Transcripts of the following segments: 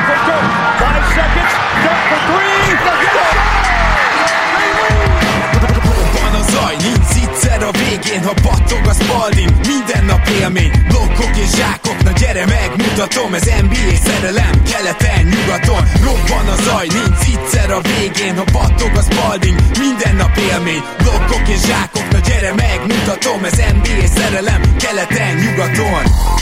for Dirk. 5 seconds. Dirk for 3. Van a zaj, nincs egyszer a végén, ha battog a Spalding. Minden nap élmény, blokkok és zsákok. Na gyere megmutatom, ez NBA szerelem, keleten, nyugaton. Robban a zaj, nincs egyszer a végén, ha battog a Spalding. Minden nap élmény, blokkok és zsákok. Na gyere megmutatom, ez NBA szerelem, keleten, nyugaton.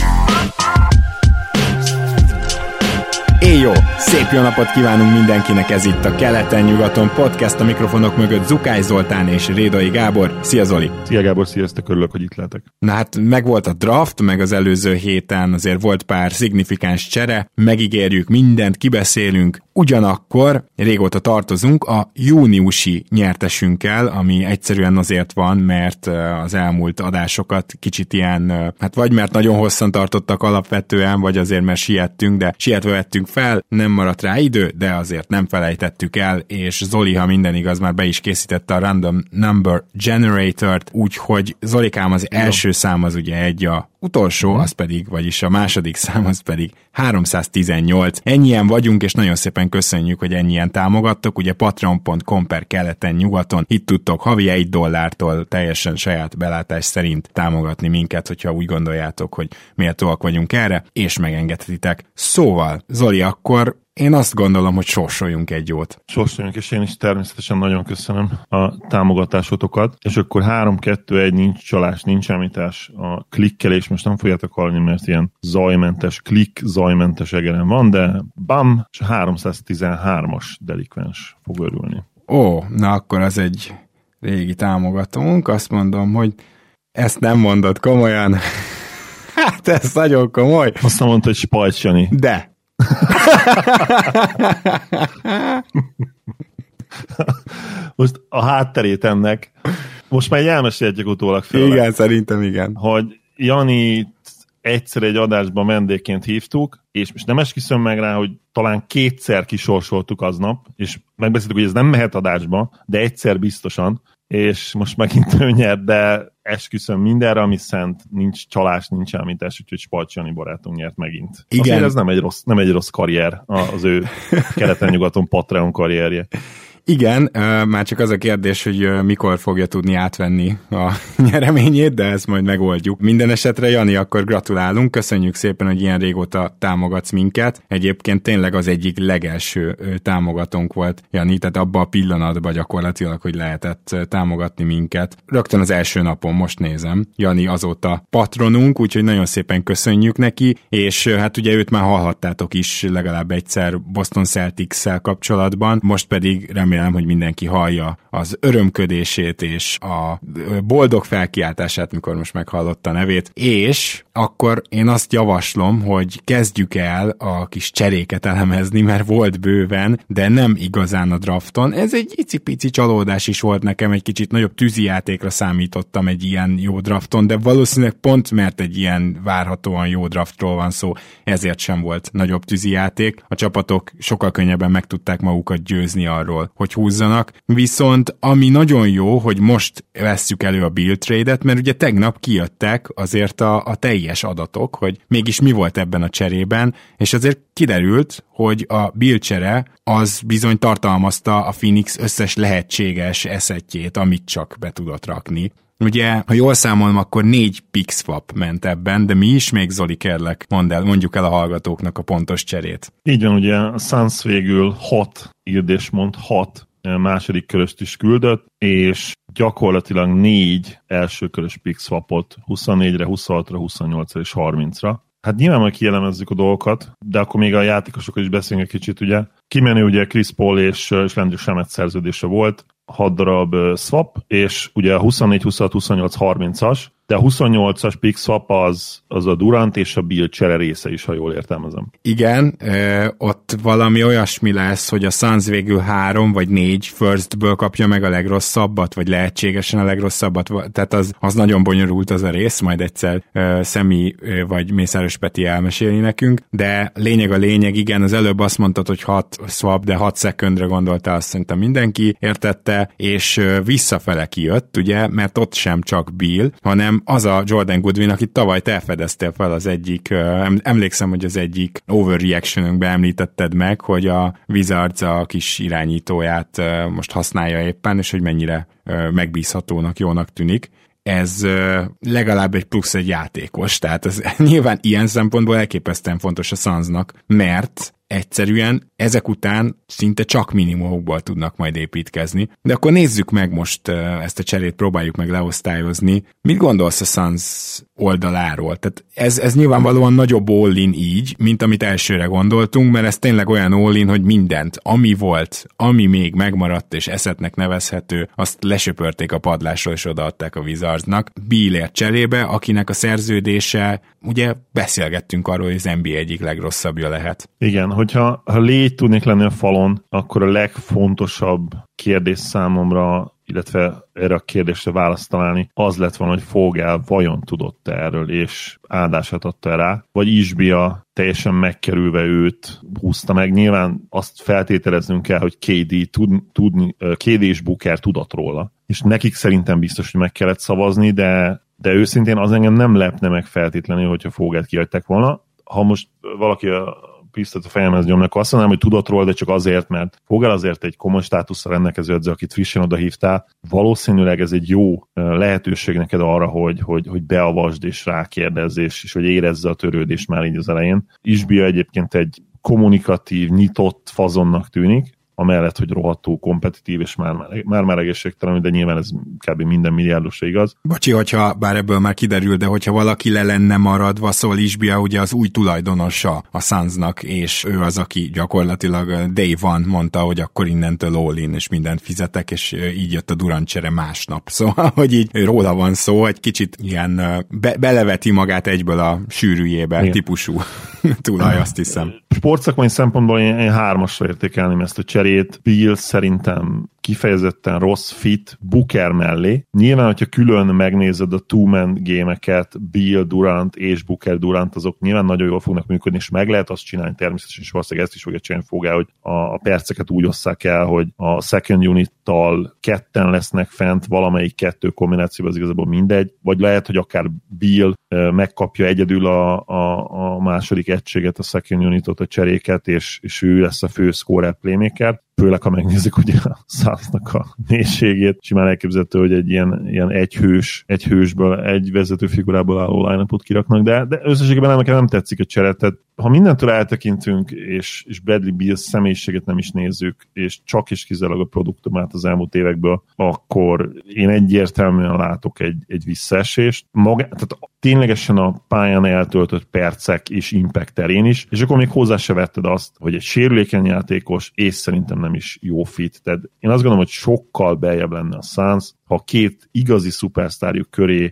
Éjjó! Szép jó napot kívánunk mindenkinek, ez itt a Keleten-nyugaton podcast, a mikrofonok mögött Zukály Zoltán és Rédai Gábor. Szia Zoli! Szia Gábor, sziasztok, örülök, hogy itt lehetek. Na hát megvolt a draft, meg az előző héten azért volt pár szignifikáns csere, megígérjük mindent, kibeszélünk, ugyanakkor régóta tartozunk a júniusi nyertesünkkel, ami egyszerűen azért van, mert az elmúlt adásokat kicsit ilyen, hát vagy mert nagyon hosszan tartottak alapvetően, vagy azért mert siettünk, de sietve vettünk fel, nem maradt rá idő, de azért nem felejtettük el, és Zoli, ha minden igaz, már be is készítette a Random Number Generator-t, úgyhogy Zolikám az első szám az ugye egy, a utolsó, az pedig, vagyis a második szám az pedig 318. Ennyien vagyunk, és nagyon szépen köszönjük, hogy ennyien támogattok. Ugye patreon.com/keleten-nyugaton itt tudtok havi $1 teljesen saját belátás szerint támogatni minket, hogyha úgy gondoljátok, hogy méltóak vagyunk erre, és megengedhetitek. Szóval, Zoli, akkor én azt gondolom, hogy sorsoljunk egy jót. Sorsoljunk, és én is természetesen nagyon köszönöm a támogatásotokat. És akkor 3-2-1, nincs csalás, nincs említás. A klikkelés most nem fogjátok hallani, mert ilyen zajmentes, zajmentes egeren van, de bam, és a 313-as delikvens fog örülni. Ó, na akkor az egy régi támogatónk. Azt mondom, hogy ezt nem mondod komolyan. Hát ez nagyon komoly. Azt nem mondta, hogy Spajcsani. De. Most a hátterét ennek, most már elmesélhetjük utólag fel. Igen, szerintem igen. Hogy Jani egyszer egy adásban vendégként hívtuk, és most nem esküszöm meg rá, hogy talán 2-szer kisorsoltuk aznap, és megbeszéltük, hogy ez nem mehet adásba, de egyszer biztosan, és most megint ő nyert, de esküszöm mindenre, ami szent, nincs csalás, nincs elmítás, úgyhogy Spalcs barátunk nyert megint. Igen. Azért ez nem egy rossz karrier, az ő keleten-nyugaton Patreon karrierje. Igen, már csak az a kérdés, hogy mikor fogja tudni átvenni a nyereményét, de ezt majd megoldjuk. Minden esetre, Jani, akkor gratulálunk, köszönjük szépen, hogy ilyen régóta támogatsz minket. Egyébként tényleg az egyik legelső támogatónk volt, Jani, tehát abban a pillanatban gyakorlatilag, hogy lehetett támogatni minket. Rögtön az első napon, most nézem, Jani azóta patronunk, úgyhogy nagyon szépen köszönjük neki, és hát ugye őt már hallhattátok is legalább egyszer Boston Celtics-szel kapcsolatban, most pedig remélem, hogy mindenki hallja az örömködését és a boldog felkiáltását, mikor most meghallotta a nevét, és akkor én azt javaslom, hogy kezdjük el a kis cseréket elemezni, mert volt bőven, de nem igazán a drafton. Ez egy icipici csalódás is volt nekem, egy kicsit nagyobb tűzijátékra számítottam egy ilyen jó drafton, de valószínűleg pont mert egy ilyen várhatóan jó draftról van szó, ezért sem volt nagyobb tűzijáték. A csapatok sokkal könnyebben meg tudták magukat győzni arról, hogy húzzanak. Viszont ami nagyon jó, hogy most vesszük elő a Bill trade-et, mert ugye tegnap kijöttek azért a teljes adatok, hogy mégis mi volt ebben a cserében, és azért kiderült, hogy a Bill csere az bizony tartalmazta a Phoenix összes lehetséges eszetjét, amit csak be tudott rakni. Ugye, ha jól számolom, akkor 4 pick swap ment ebben, de mi is még, Zoli, kérlek, mondjuk el a hallgatóknak a pontos cserét. Így van, ugye a Suns végül 6 második köröst is küldött, és gyakorlatilag 4 elsőkörös pick swapot 24-re, 26-ra, 28-ra és 30-ra. Hát nyilván majd kielemezzük a dolgokat, de akkor még a játékosokról is beszélünk egy kicsit, ugye. Kimenő ugye Chris Paul és Landry Shamet szerződése volt, 6 darab swap, és ugye a 24, 26, 28, 30-as, de a 28-as pick swap az a Durant és a Bill csere része is, ha jól értelmezem. Igen, ott valami olyasmi lesz, hogy a Suns végül 3 vagy 4 firstből kapja meg a legrosszabbat, vagy lehetségesen a legrosszabbat, tehát az nagyon bonyolult az a rész, majd egyszer Szemi vagy Mészáros Peti elmeséli nekünk, de lényeg, igen, az előbb azt mondtad, hogy 6 swap, de 6 secondre gondoltál, azt szerintem mindenki értette, és visszafele kijött, ugye, mert ott sem csak Bill, hanem hanem az a Jordan Goodwin, akit tavaly te fedeztél fel az egyik, emlékszem, hogy az egyik overreactionünkben említetted meg, hogy a Wizards a kis irányítóját most használja éppen, és hogy mennyire megbízhatónak, jónak tűnik. Ez legalább egy plusz egy játékos, tehát ez nyilván ilyen szempontból elképesztően fontos a Sunsnak, mert egyszerűen ezek után szinte csak minimumokból tudnak majd építkezni. De akkor nézzük meg most ezt a cserét, próbáljuk meg leosztályozni. Mit gondolsz a Suns oldaláról? Tehát ez nyilvánvalóan nagyobb all-in így, mint amit elsőre gondoltunk, mert ez tényleg olyan all-in, hogy mindent, ami volt, ami még megmaradt és eszetnek nevezhető, azt lesöpörték a padlásról és odaadták a Wizardsnak. Bealért cserébe, akinek a szerződése, ugye beszélgettünk arról, hogy az NBA egyik legrosszabbja lehet. Igen, hogyha légy tudnék lenni a falon, akkor a legfontosabb kérdés számomra, illetve erre a kérdésre választ találni, az lett volna, hogy Fogel vajon tudott erről, és áldását adta rá, vagy Isbia teljesen megkerülve őt húzta meg. Nyilván azt feltételeznünk kell, hogy KD és Booker tudott róla. És nekik szerintem biztos, hogy meg kellett szavazni, de őszintén az engem nem lepne meg feltétlenül, hogyha Fogelt kihagyták volna. Ha most valaki pisztot a fejemhez nyomni, akkor azt mondanám, hogy tudott róla, de csak azért, mert Fogel azért egy komoly státusszal rendelkező edző, akit frissen odahívtál. Valószínűleg ez egy jó lehetőség neked arra, hogy beavasd és rákérdezz, és hogy érezze a törődést már így az elején. Isbia egyébként egy kommunikatív, nyitott fazonnak tűnik, amellett, hogy rohadtó, kompetitív, és már egészségtelen, de nyilván ez kb. Minden milliárdosra igaz. Bocsi, hogyha bár ebből már kiderül, de hogyha valaki le lenne maradva, szóval Isbia ugye az új tulajdonosa a Sunsnak, és ő az, aki gyakorlatilag day one mondta, hogy akkor innentől all-in, és mindent fizetek, és így jött a Durant csere másnap. Szóval, hogy így róla van szó, egy kicsit ilyen beleveti magát egyből a sűrűjébe, igen, típusú tulaj, azt hiszem. Sportszakmai szempontból én 3-asra értékelném ezt a cserét. Beal szerintem kifejezetten rossz fit Booker mellé. Nyilván, hogyha külön megnézed a two-man gémeket, Beal Durant és Booker Durant, azok nyilván nagyon jól fognak működni, és meg lehet azt csinálni természetesen, és valószínűleg ezt is fogja csinálni Fogel, hogy a perceket úgy osszák el, hogy a second unittal ketten lesznek fent, valamelyik kettő kombinációban, az igazából mindegy, vagy lehet, hogy akár Beal megkapja egyedül a második egységet, a second unitot, a cseréket, és ő lesz a fő scorer playmaker. Főleg, ha megnézzük ugye a Sunsnak a mélységét, simán elképzelhető, hogy egy ilyen egy hősből, egy vezető figurából álló line-upot kiraknak, de összességében nekem nem tetszik a csere. Tehát ha mindentől eltekintünk, és Bradley Beal személyiséget nem is nézzük, és csak is kizárólag a produktumát az elmúlt évekből, akkor én egyértelműen látok egy visszaesést. Tehát ténylegesen a pályán eltöltött percek és impact terén is, és akkor még hozzá se vetted azt, hogy egy sérülékeny játékos, és szerintem nem is jó fit. Tehát én azt gondolom, hogy sokkal beljebb lenne a Suns, ha két igazi szupersztárjuk köré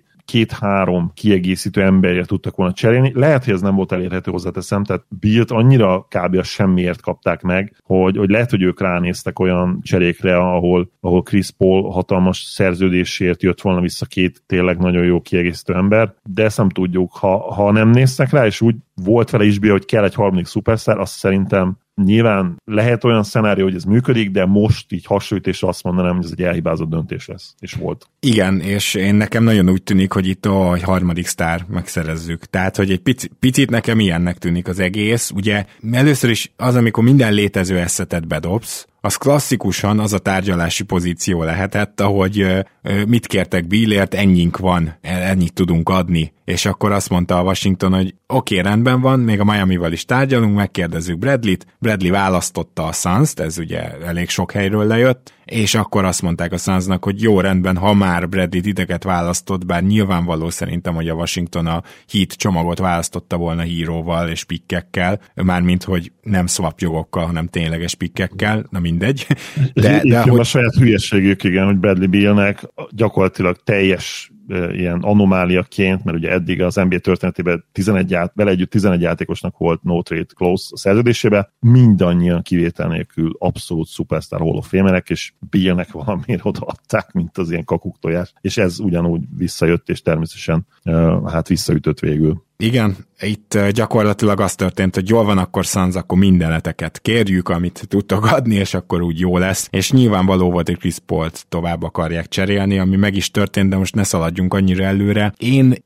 2-3 kiegészítő emberre tudtak volna cserélni. Lehet, hogy ez nem volt elérhető, hozzáteszem, tehát Bealt annyira kb. A semmiért kapták meg, hogy lehet, hogy ők ránéztek olyan cserékre, ahol Chris Paul hatalmas szerződésért jött volna vissza 2 tényleg nagyon jó kiegészítő ember, de ezt nem tudjuk. Ha nem néztek rá, és úgy volt vele is, hogy kell egy harmadik szupersztár, azt szerintem nyilván lehet olyan szenárió, hogy ez működik, de most így hasonlítésre azt mondanám, hogy ez egy elhibázott döntés lesz, és volt. Igen, és nekem nagyon úgy tűnik, hogy itt egy harmadik sztár megszerezzük. Tehát, hogy egy picit nekem ilyennek tűnik az egész. Ugye először is az, amikor minden létező asszetet bedobsz, az klasszikusan az a tárgyalási pozíció lehetett, ahogy mit kértek Bealért, ennyink van, ennyit tudunk adni. És akkor azt mondta a Washington, hogy oké, rendben van, még a Miamival is tárgyalunk, megkérdezzük Bradleyt. Bradley választotta a Suns-t, ez ugye elég sok helyről lejött, és akkor azt mondták a Sunsnak, hogy jó, rendben, ha már Bradley titeket választott, bár nyilvánvaló szerintem, hogy a Washington a Heat csomagot választotta volna híróval és pikkekkel, mármint, hogy nem swap jogokkal, hanem tényleges pikkekkel, na mindegy. De hogy... a saját hülyeségük, igen, hogy Bradley Bealnek gyakorlatilag teljes ilyen anomáliaként, mert ugye eddig az NBA történetében vele együtt 11 játékosnak volt no trade clause a szerződésében, mindannyian kivétel nélkül abszolút superstar Hall of Famerek, és Bealnek valamiért odaadták, mint az ilyen kakuktojás, és ez ugyanúgy visszajött, és természetesen hát visszaütött végül. Igen, itt gyakorlatilag az történt, hogy jól van, akkor Suns, akkor mindeneteket kérjük, amit tudtok adni, és akkor úgy jó lesz. És nyilvánvaló volt, hogy Chris Paul-t tovább akarják cserélni, ami meg is történt, de most ne szaladjunk annyira előre. Én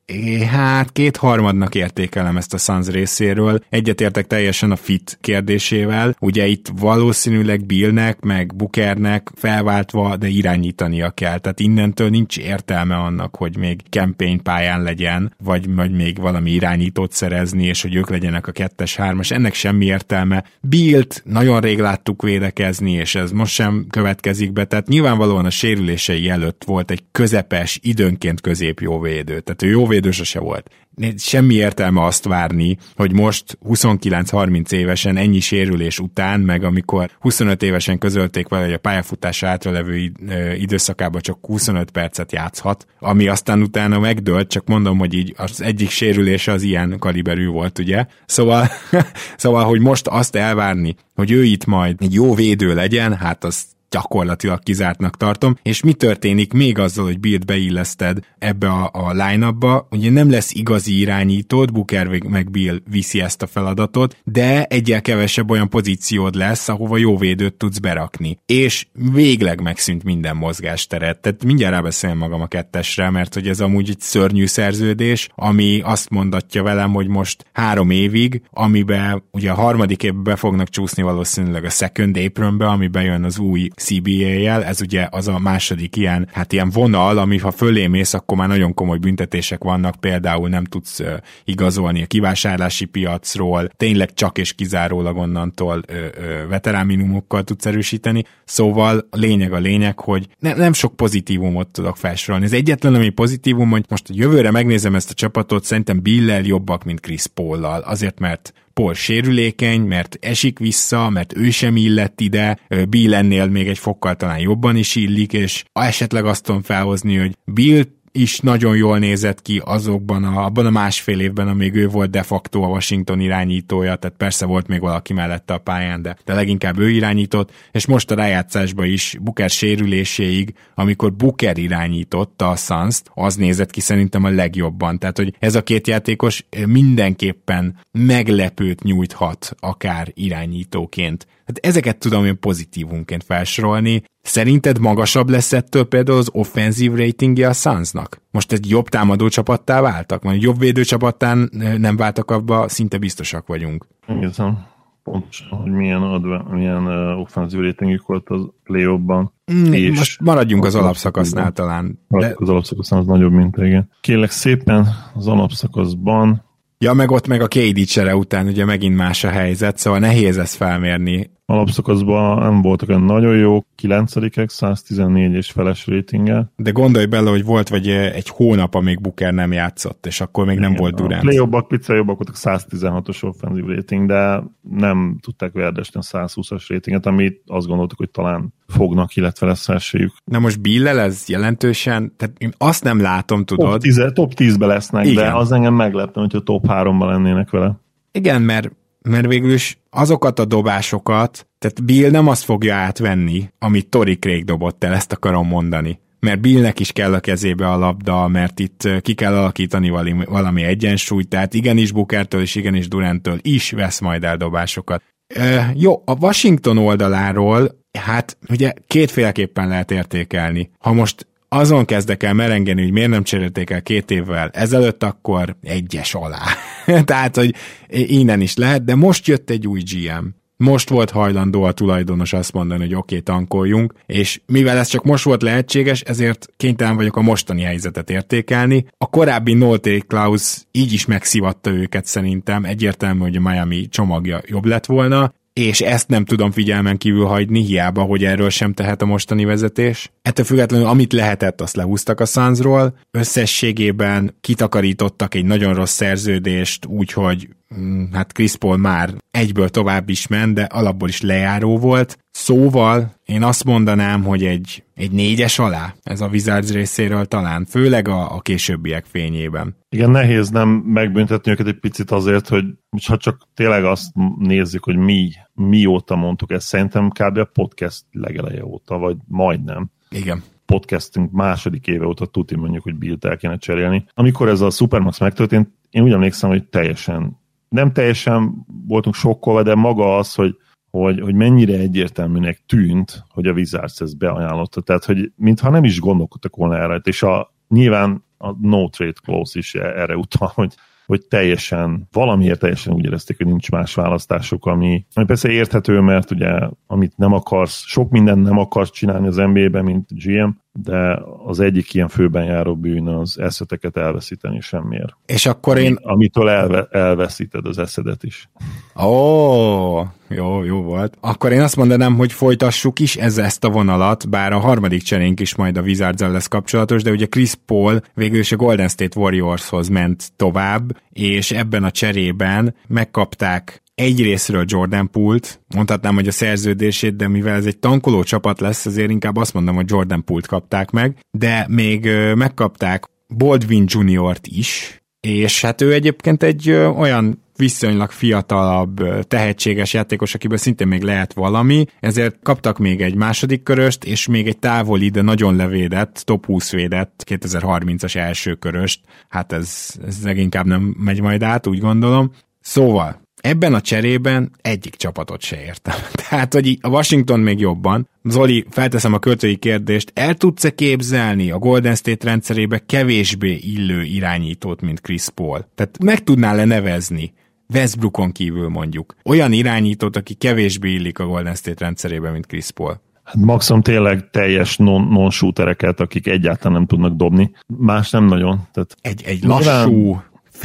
kétharmadnak értékelem ezt a Suns részéről. Egyetértek teljesen a fit kérdésével. Ugye itt valószínűleg Billnek, meg Bookernek felváltva, de irányítania kell. Tehát innentől nincs értelme annak, hogy még campaign pályán legyen, vagy még valami irányítót szerezni, és hogy ők legyenek a 2-3-as, ennek semmi értelme. Billt nagyon rég láttuk védekezni, és ez most sem következik be, tehát nyilvánvalóan a sérülései előtt volt egy közepes, időnként közép jóvédő, tehát ő jóvédő sose volt. Semmi értelme azt várni, hogy most 29-30 évesen ennyi sérülés után, meg amikor 25 évesen közölték vele, hogy a pályafutása hátralevő időszakában csak 25 percet játszhat, ami aztán utána megdőlt, csak mondom, hogy így az egyik sérülése az ilyen kaliberű volt, ugye? Szóval, hogy most azt elvárni, hogy ő itt majd egy jó védő legyen, hát az gyakorlatilag kizártnak tartom, és mi történik még azzal, hogy Billt beilleszted ebbe a line-upba, ugye nem lesz igazi irányítód, Booker meg Bill viszi ezt a feladatot, de egyel kevesebb olyan pozíciód lesz, ahova jó védőt tudsz berakni. És végleg megszűnt minden mozgásteret. Tehát mindjárt rábeszélem magam a 2-esre, mert hogy ez amúgy egy szörnyű szerződés, ami azt mondatja velem, hogy most 3 évig, amiben ugye a harmadik évben be fognak csúszni valószínűleg a second apronbe, amiben jön az új CBA-jel, ez ugye az a második ilyen vonal, ami ha fölé mész, akkor már nagyon komoly büntetések vannak, például nem tudsz igazolni a kivásárlási piacról, tényleg csak és kizárólag onnantól veterán minimumokkal tudsz erősíteni, szóval a lényeg, hogy nem sok pozitívumot tudok felsorolni. Ez egyetlen, ami pozitívum, hogy most jövőre megnézem ezt a csapatot, szerintem Bill-lel jobbak, mint Chris Paul-lal, azért mert Paul sérülékeny, mert esik vissza, mert ő sem illett ide, Bill ennél még egy fokkal talán jobban is illik, és esetleg azt tudom felhozni, hogy Bill is nagyon jól nézett ki abban a másfél évben, amíg ő volt de facto a Washington irányítója, tehát persze volt még valaki mellette a pályán, de leginkább ő irányított, és most a rájátszásban is Booker sérüléséig, amikor Booker irányította a Suns-t, az nézett ki szerintem a legjobban, tehát hogy ez a két játékos mindenképpen meglepőt nyújthat akár irányítóként. Hát ezeket tudom én pozitívunként felsorolni. Szerinted magasabb lesz ettől például az offenzív ratingje a Sunsnak? Most egy jobb támadó csapattá váltak? Vagy jobb védő csapattá nem váltak, abba szinte biztosak vagyunk. Egészen pontosan, hogy milyen offenzív ratingük volt az play-offban. Most maradjunk az alapszakasznál talán. Az alapszakasznál az nagyobb, mint igen. Kérlek szépen az alapszakaszban. Ja, meg ott meg a KD csere után ugye megint más a helyzet, szóval nehéz ezt felmérni. Alapszakaszban nem voltak olyan nagyon jó, 9-ek, 114 és feles ratinggel. De gondolj bele, hogy volt vagy egy hónap, amíg Booker nem játszott, és akkor még nem volt Durant. A play-off-bak picit jobbak voltak, 116-os offenzív rating, de nem tudták verdesten 120-as ratinget, amit azt gondoltuk, hogy talán fognak, illetve lesz esélyük. Na most Bill-lel ez jelentősen, tehát én azt nem látom, tudod. Top 10-be lesznek, igen. De az engem meglepne, hogyha top 3-ban lennének vele. Igen, mert végül is azokat a dobásokat, tehát Bill nem azt fogja átvenni, amit Torrey Craig dobott el, ezt akarom mondani. Mert Billnek is kell a kezébe a labda, mert itt ki kell alakítani valami egyensúlyt, tehát igenis Bookertől és igenis Duranttől is vesz majd el dobásokat. Jó, a Washington oldaláról, hát ugye kétféleképpen lehet értékelni. Ha most azon kezdek el merengeni, hogy miért nem cserélték el 2 évvel ezelőtt, akkor 1-es alá. Tehát, hogy innen is lehet, de most jött egy új GM. Most volt hajlandó a tulajdonos azt mondani, hogy oké, tankoljunk, és mivel ez csak most volt lehetséges, ezért kénytelen vagyok a mostani helyzetet értékelni. A korábbi no-trade clause így is megszivatta őket szerintem, egyértelmű, hogy a Miami csomagja jobb lett volna, és ezt nem tudom figyelmen kívül hagyni, hiába, hogy erről sem tehet a mostani vezetés. Ettől függetlenül, amit lehetett, azt lehúztak a Sunsról. Összességében kitakarítottak egy nagyon rossz szerződést, úgyhogy hát Chris Paul már egyből tovább is ment, de alapból is lejáró volt. Szóval én azt mondanám, hogy egy 4-es alá ez a Wizards részéről talán, főleg a későbbiek fényében. Igen, nehéz nem megbüntetni őket egy picit azért, hogy ha csak tényleg azt nézzük, hogy mióta mondtuk ezt, szerintem kb. A podcast legeleje óta, vagy majdnem. Igen. Podcastünk második éve óta tuti mondjuk, hogy Billt el kéne cserélni. Amikor ez a Supermax megtörtént, én úgy emlékszem, hogy nem teljesen voltunk sokkolva, de maga az, hogy mennyire egyértelműnek tűnt, hogy a Wizards ezt beajánlotta. Tehát, hogy mintha nem is gondolkodtak volna erre. És nyilván a no trade clause is erre utal, hogy valamiért teljesen úgy érezték, hogy nincs más választásuk, ami persze érthető, mert ugye amit nem akarsz, sok mindent nem akarsz csinálni az NBA-ben, mint GM, de az egyik ilyen főben járó bűn az eszeteket elveszíteni semmiért. És akkor amitől elveszíted az eszedet is. Jó volt. Akkor én azt mondanám, hogy folytassuk is ezt a vonalat, bár a harmadik cserénk is majd a Wizards-el lesz kapcsolatos, de ugye Chris Paul végül is a Golden State Warriorshoz ment tovább, és ebben a cserében megkapták egyrészről Jordan Poole-t, mondhatnám, hogy a szerződését, de mivel ez egy tankoló csapat lesz, azért inkább azt mondom, hogy Jordan Poole-t kapták meg, de még megkapták Baldwin Jr.-t is, és hát ő egyébként egy olyan viszonylag fiatalabb, tehetséges játékos, akiből szintén még lehet valami, ezért kaptak még egy második köröst, és még egy távoli, de nagyon levédett, top 20 védett 2030-as első köröst. Hát ez leginkább nem megy majd át, úgy gondolom. Szóval, ebben a cserében egyik csapatot se értem. Tehát, hogy a Washington még jobban. Zoli, felteszem a költői kérdést, el tudsz-e képzelni a Golden State rendszerébe kevésbé illő irányítót, mint Chris Paul? Tehát meg tudnál-e nevezni Westbrookon kívül mondjuk olyan irányítót, aki kevésbé illik a Golden State rendszerébe, mint Chris Paul? Hát maximum tényleg teljes non-shootereket, akik egyáltalán nem tudnak dobni. Más nem nagyon. Tehát egy lassú,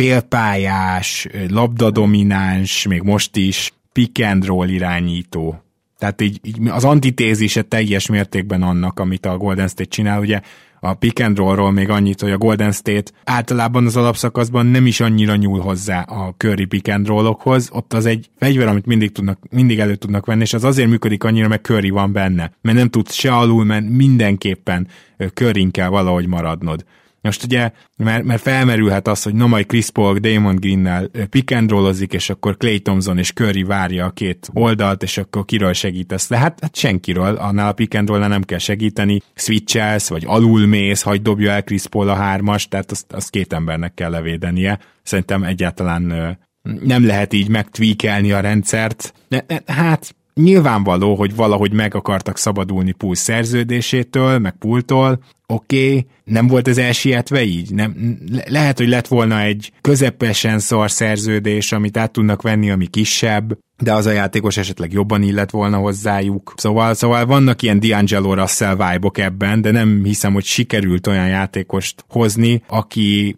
félpályás, labdadomináns, még most is pick and roll irányító. Tehát így az antitézise teljes mértékben annak, amit a Golden State csinál. Ugye a pick and rollról még annyit, hogy a Golden State általában az alapszakaszban nem is annyira nyúl hozzá a Curry pick and rollokhoz. Ott az egy fegyver, amit mindig elő tudnak venni, és az azért működik annyira, mert Curry van benne. Mert nem tudsz se alul, mert mindenképpen Curryn kell valahogy maradnod. Most ugye, mert felmerülhet az, hogy majd Chris Paul Damon Greennel pick and rollozik, és akkor Klay Thompson és Curry várja a két oldalt, és akkor kiről segítesz le? Hát senkiről, annál a pick and rollnál nem kell segíteni, switchelsz, vagy alulmész, hagyd dobja el Chris Paul a 3-as, tehát azt két embernek kell levédenie. Szerintem egyáltalán nem lehet így megtweakelni a rendszert. Hát nyilvánvaló, hogy valahogy meg akartak szabadulni Poole szerződésétől, meg Poole-tól. Oké, nem volt ez elsietve így? Lehet, hogy lett volna egy közepesen szar szerződés, amit át tudnak venni, ami kisebb, de az a játékos esetleg jobban illett volna hozzájuk. Szóval vannak ilyen D'Angelo Russell vibe-ok ebben, de nem hiszem, hogy sikerült olyan játékost hozni, aki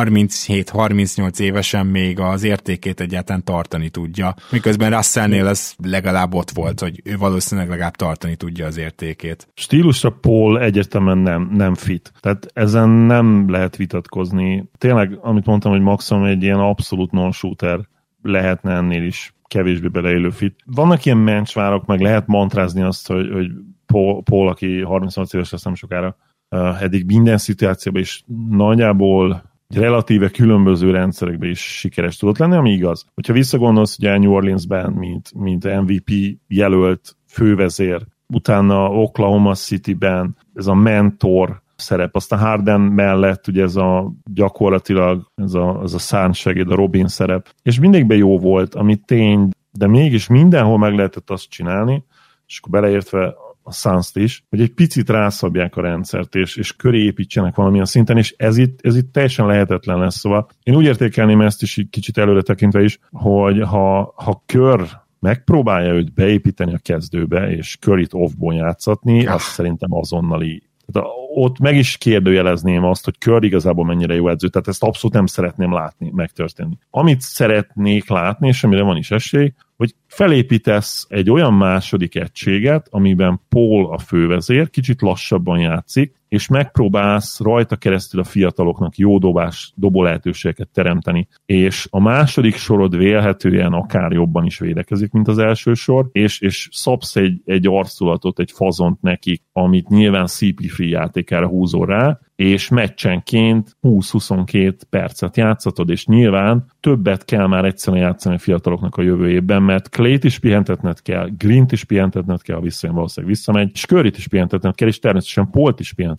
37-38 évesen még az értékét egyáltalán tartani tudja. Miközben Russellnél ez legalább ott volt, hogy ő valószínűleg legalább tartani tudja az értékét. Stílusra Paul egyértelműen nem fit. Tehát ezen nem lehet vitatkozni. Tényleg, amit mondtam, hogy maximum egy ilyen abszolút non-shooter lehetne ennél is kevésbé beleélő fit. Vannak ilyen mencsvárok, meg lehet mantrázni azt, hogy Paul, aki 38 éves lesz nem sokára, eddig minden szituációban is nagyjából relatíve különböző rendszerekben is sikeres tudott lenni, ami igaz. Hogyha visszagondolsz, ugye New Orleansben, mint MVP jelölt fővezér, utána Oklahoma Cityben ez a mentor szerep, aztán Harden mellett ugye ez a gyakorlatilag ez a szárnysegéd, a Robin szerep, és mindigben jó volt, ami tény, de mégis mindenhol meg lehetett azt csinálni, és akkor beleértve a Suns-t is, hogy egy picit rászabják a rendszert, és köré építsenek valamilyen szinten, és ez itt teljesen lehetetlen lesz. Szóval én úgy értékelném ezt is kicsit előre tekintve is, hogy ha Kör megpróbálja őt beépíteni a kezdőbe, és Curryt off-ból játszatni, az szerintem azonnali. Tehát ott meg is kérdőjelezném azt, hogy Curry igazából mennyire jó edző, tehát ezt abszolút nem szeretném látni, megtörténni. Amit szeretnék látni, és amire van is esély, hogy felépítesz egy olyan második egységet, amiben Paul a fővezér, kicsit lassabban játszik, és megpróbálsz rajta keresztül a fiataloknak jó dobó lehetőségeket teremteni, és a második sorod vélhetően akár jobban is védekezik, mint az első sor, és szabsz egy arculatot, egy fazont nekik, amit nyilván CP3 játékára húzol rá, és meccsenként 20-22 percet játszatod, és nyilván többet kell már egyszerűen játszani a fiataloknak a jövő évben, mert Clayt is pihentetned kell, Greent is pihentetned kell, ha visszajön, valószínűleg visszamegy, és Curryt is pihentetned kell, és természetesen Pault is pihenteted,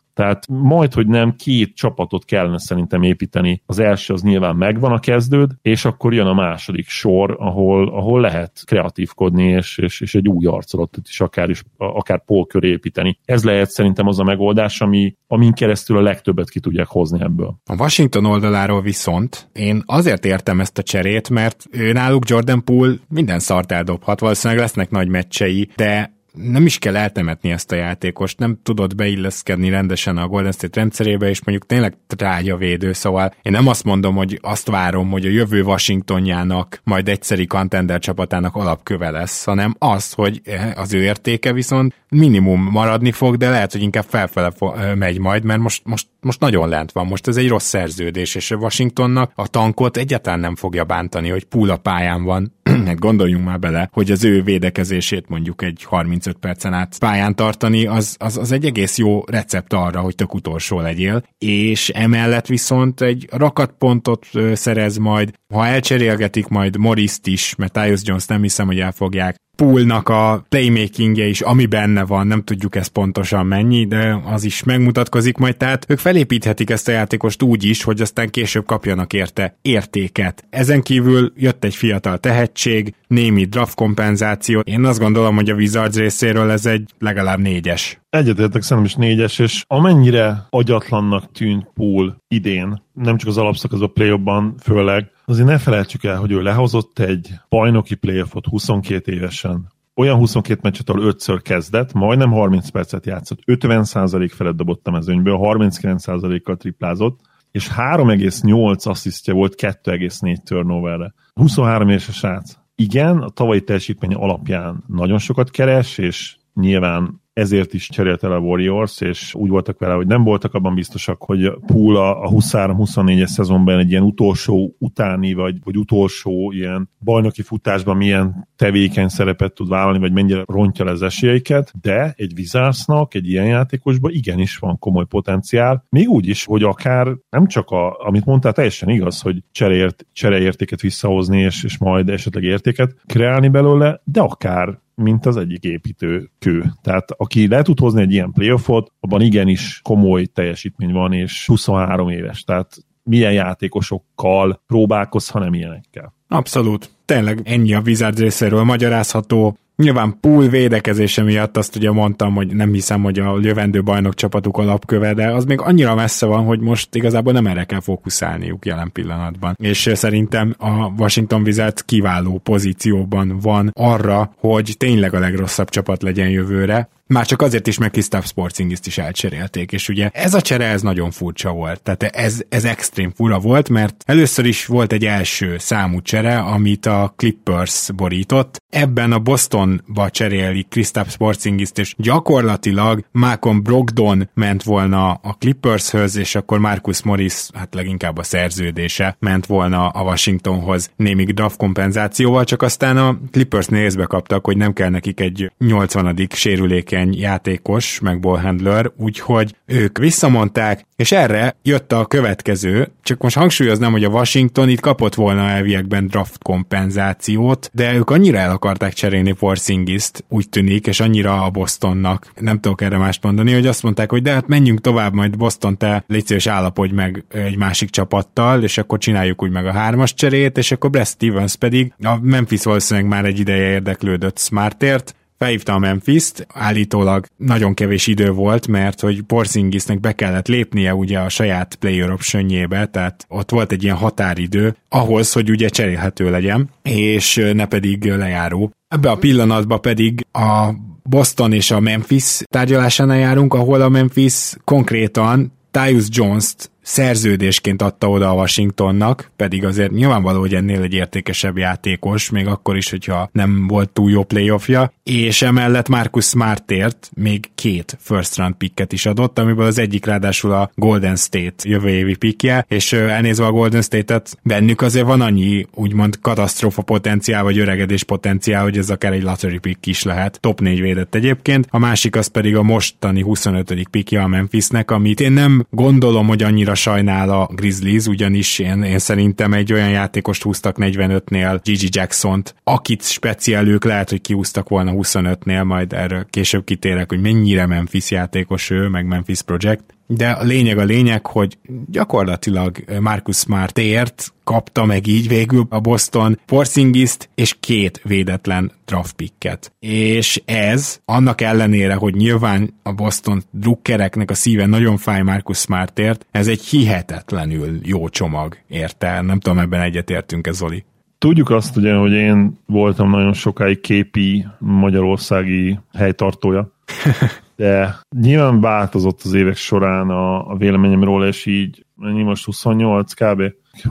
Tehát majd, hogy nem, 2 csapatot kellene szerintem építeni. Az első az nyilván megvan, a kezdőd, és akkor jön a második sor, ahol lehet kreatívkodni, és egy új arculatot is akár Paul köré építeni. Ez lehet szerintem az a megoldás, amin keresztül a legtöbbet ki tudják hozni ebből. A Washington oldaláról viszont én azért értem ezt a cserét, mert náluk Jordan Poole minden szart eldobhat, valószínűleg lesznek nagy meccsei, de nem is kell eltemetni ezt a játékost, nem tudod beilleszkedni rendesen a Golden State rendszerébe, és mondjuk tényleg trágyavédő, szóval én nem azt mondom, hogy azt várom, hogy a jövő Washingtonjának, majd egyszeri contender csapatának alapköve lesz, hanem az, hogy az ő értéke viszont minimum maradni fog, de lehet, hogy inkább felfele megy majd, mert most nagyon lent van, most ez egy rossz szerződés, és a Washingtonnak a tankot egyáltalán nem fogja bántani, hogy Poole a pályán van. Hát gondoljunk már bele, hogy az ő védekezését mondjuk egy 35 percen át pályán tartani, az egy egész jó recept arra, hogy tök utolsó legyél, és emellett viszont egy rakatpontot szerez majd, ha elcserélgetik majd Morrist is, mert Tyus Jones nem hiszem, hogy elfogják, Poole-nak a playmakingje is, ami benne van, nem tudjuk ezt pontosan mennyi, de az is megmutatkozik majd, tehát ők felépíthetik ezt a játékost úgy is, hogy aztán később kapjanak érte értéket. Ezen kívül jött egy fiatal tehetség, némi draft kompenzáció. Én azt gondolom, hogy a Wizards részéről ez egy legalább 4-es. Egyetértek, szerintem is 4-es, és amennyire agyatlannak tűnt Poole idén, nem csak az alapszakaszban, a play-offban főleg, azért ne felejtsük el, hogy ő lehozott egy bajnoki play-offot 22 évesen. Olyan 22 meccset, ahol 5-ször kezdett, majdnem 30 percet játszott, 50% felett dobott a mezőnyből, 39%-kal triplázott, és 3,8 asszisztja volt 2,4 turnoverre. 23 éves a srác. Igen, a tavalyi teljesítmény alapján nagyon sokat keres, és nyilván ezért is cserélt el a Warriors, és úgy voltak vele, hogy nem voltak abban biztosak, hogy Poole a 23-24-es szezonban egy ilyen utolsó utáni, vagy utolsó ilyen bajnoki futásban milyen tevékeny szerepet tud vállalni, vagy mennyire rontja le az esélyeiket, de egy Wizardsnak, egy ilyen játékosban igenis van komoly potenciál, még úgy is, hogy akár nem csak amit mondtál, teljesen igaz, hogy csereértéket visszahozni, és majd esetleg értéket kreálni belőle, de akár mint az egyik építőkő. Tehát aki le tud hozni egy ilyen playoffot, abban igenis komoly teljesítmény van, és 23 éves. Tehát milyen játékosokkal próbálkoz, hanem ilyenekkel. Abszolút. Tényleg ennyi a Wizards részéről magyarázható. Nyilván Poole védekezése miatt azt ugye mondtam, hogy nem hiszem, hogy a jövendő bajnok csapatuk alapköve, de az még annyira messze van, hogy most igazából nem erre kell fókuszálniuk jelen pillanatban. És szerintem a Washington Wizards kiváló pozícióban van arra, hogy tényleg a legrosszabb csapat legyen jövőre. Már csak azért is, mert Kristaps Porzingiszt is elcserélték, és ugye ez a csere, ez nagyon furcsa volt. Tehát ez extrém fura volt, mert először is volt egy első számú csere, amit a Clippers borított. Ebben a Bostonba cserélik Kristaps Porzingiszt, és gyakorlatilag Malcolm Brogdon ment volna a Clippershöz, és akkor Marcus Morris, hát leginkább a szerződése ment volna a Washingtonhoz némi draft kompenzációval, csak aztán a Clippersnél észbe kaptak, hogy nem kell nekik egy 80. sérülékeny játékos, meg ballhandler, úgyhogy ők visszamondták, és erre jött a következő, csak most hangsúlyoznám, hogy a Washington itt kapott volna elviekben draft kompenzációt, de ők annyira el akarták cserélni Porzingiszt, úgy tűnik, és annyira a Bostonnak, nem tudok erre mást mondani, hogy azt mondták, hogy de hát menjünk tovább, majd Boston, te légy szíves, állapodj meg egy másik csapattal, és akkor csináljuk úgy meg a 3-as cserét, és akkor Brad Stevens pedig, a Memphis valószínűleg már egy ideje érdeklődött Smartért, felhívta a Memphist, állítólag nagyon kevés idő volt, mert hogy Porzingisnek be kellett lépnie ugye a saját player optionjébe, tehát ott volt egy ilyen határidő ahhoz, hogy ugye cserélhető legyen, és ne pedig lejáró. Ebbe a pillanatban pedig a Boston és a Memphis tárgyalásánál járunk, ahol a Memphis konkrétan Tyus Jones-t szerződésként adta oda a Washingtonnak, pedig azért nyilvánvaló, hogy ennél egy értékesebb játékos, még akkor is, hogyha nem volt túl jó playoffja, és emellett Marcus Smartért még 2 first round picket is adott, amiből az egyik ráadásul a Golden State jövő évi pickje, és elnézve a Golden State-et, bennük azért van annyi úgymond katasztrófa potenciál, vagy öregedés potenciál, hogy ez akár egy lottery pick is lehet. Top 4 védett egyébként. A másik az pedig a mostani 25. pickje a Memphisnek, amit én nem gondolom, hogy annyira sajnál a Grizzlies, ugyanis én szerintem egy olyan játékost húztak 45-nél, Gigi Jacksont, akit speciál ők lehet, hogy kihúztak volna 25-nél, majd erről később kitérek, hogy mennyire Memphis játékos ő, meg Memphis Project, de a lényeg, hogy gyakorlatilag Marcus Smartért kapta meg így végül a Boston Porzingiszt és 2 védetlen draft picket. És ez, annak ellenére, hogy nyilván a Boston drukkereknek a szíve nagyon fáj Marcus Smartért, ez egy hihetetlenül jó csomag érte. Nem tudom, ebben egyetértünk-e, Zoli? Tudjuk azt ugye, hogy én voltam nagyon sokáig képi magyarországi helytartója, de nyilván változott az évek során a véleményem róla, és így most 28 kb.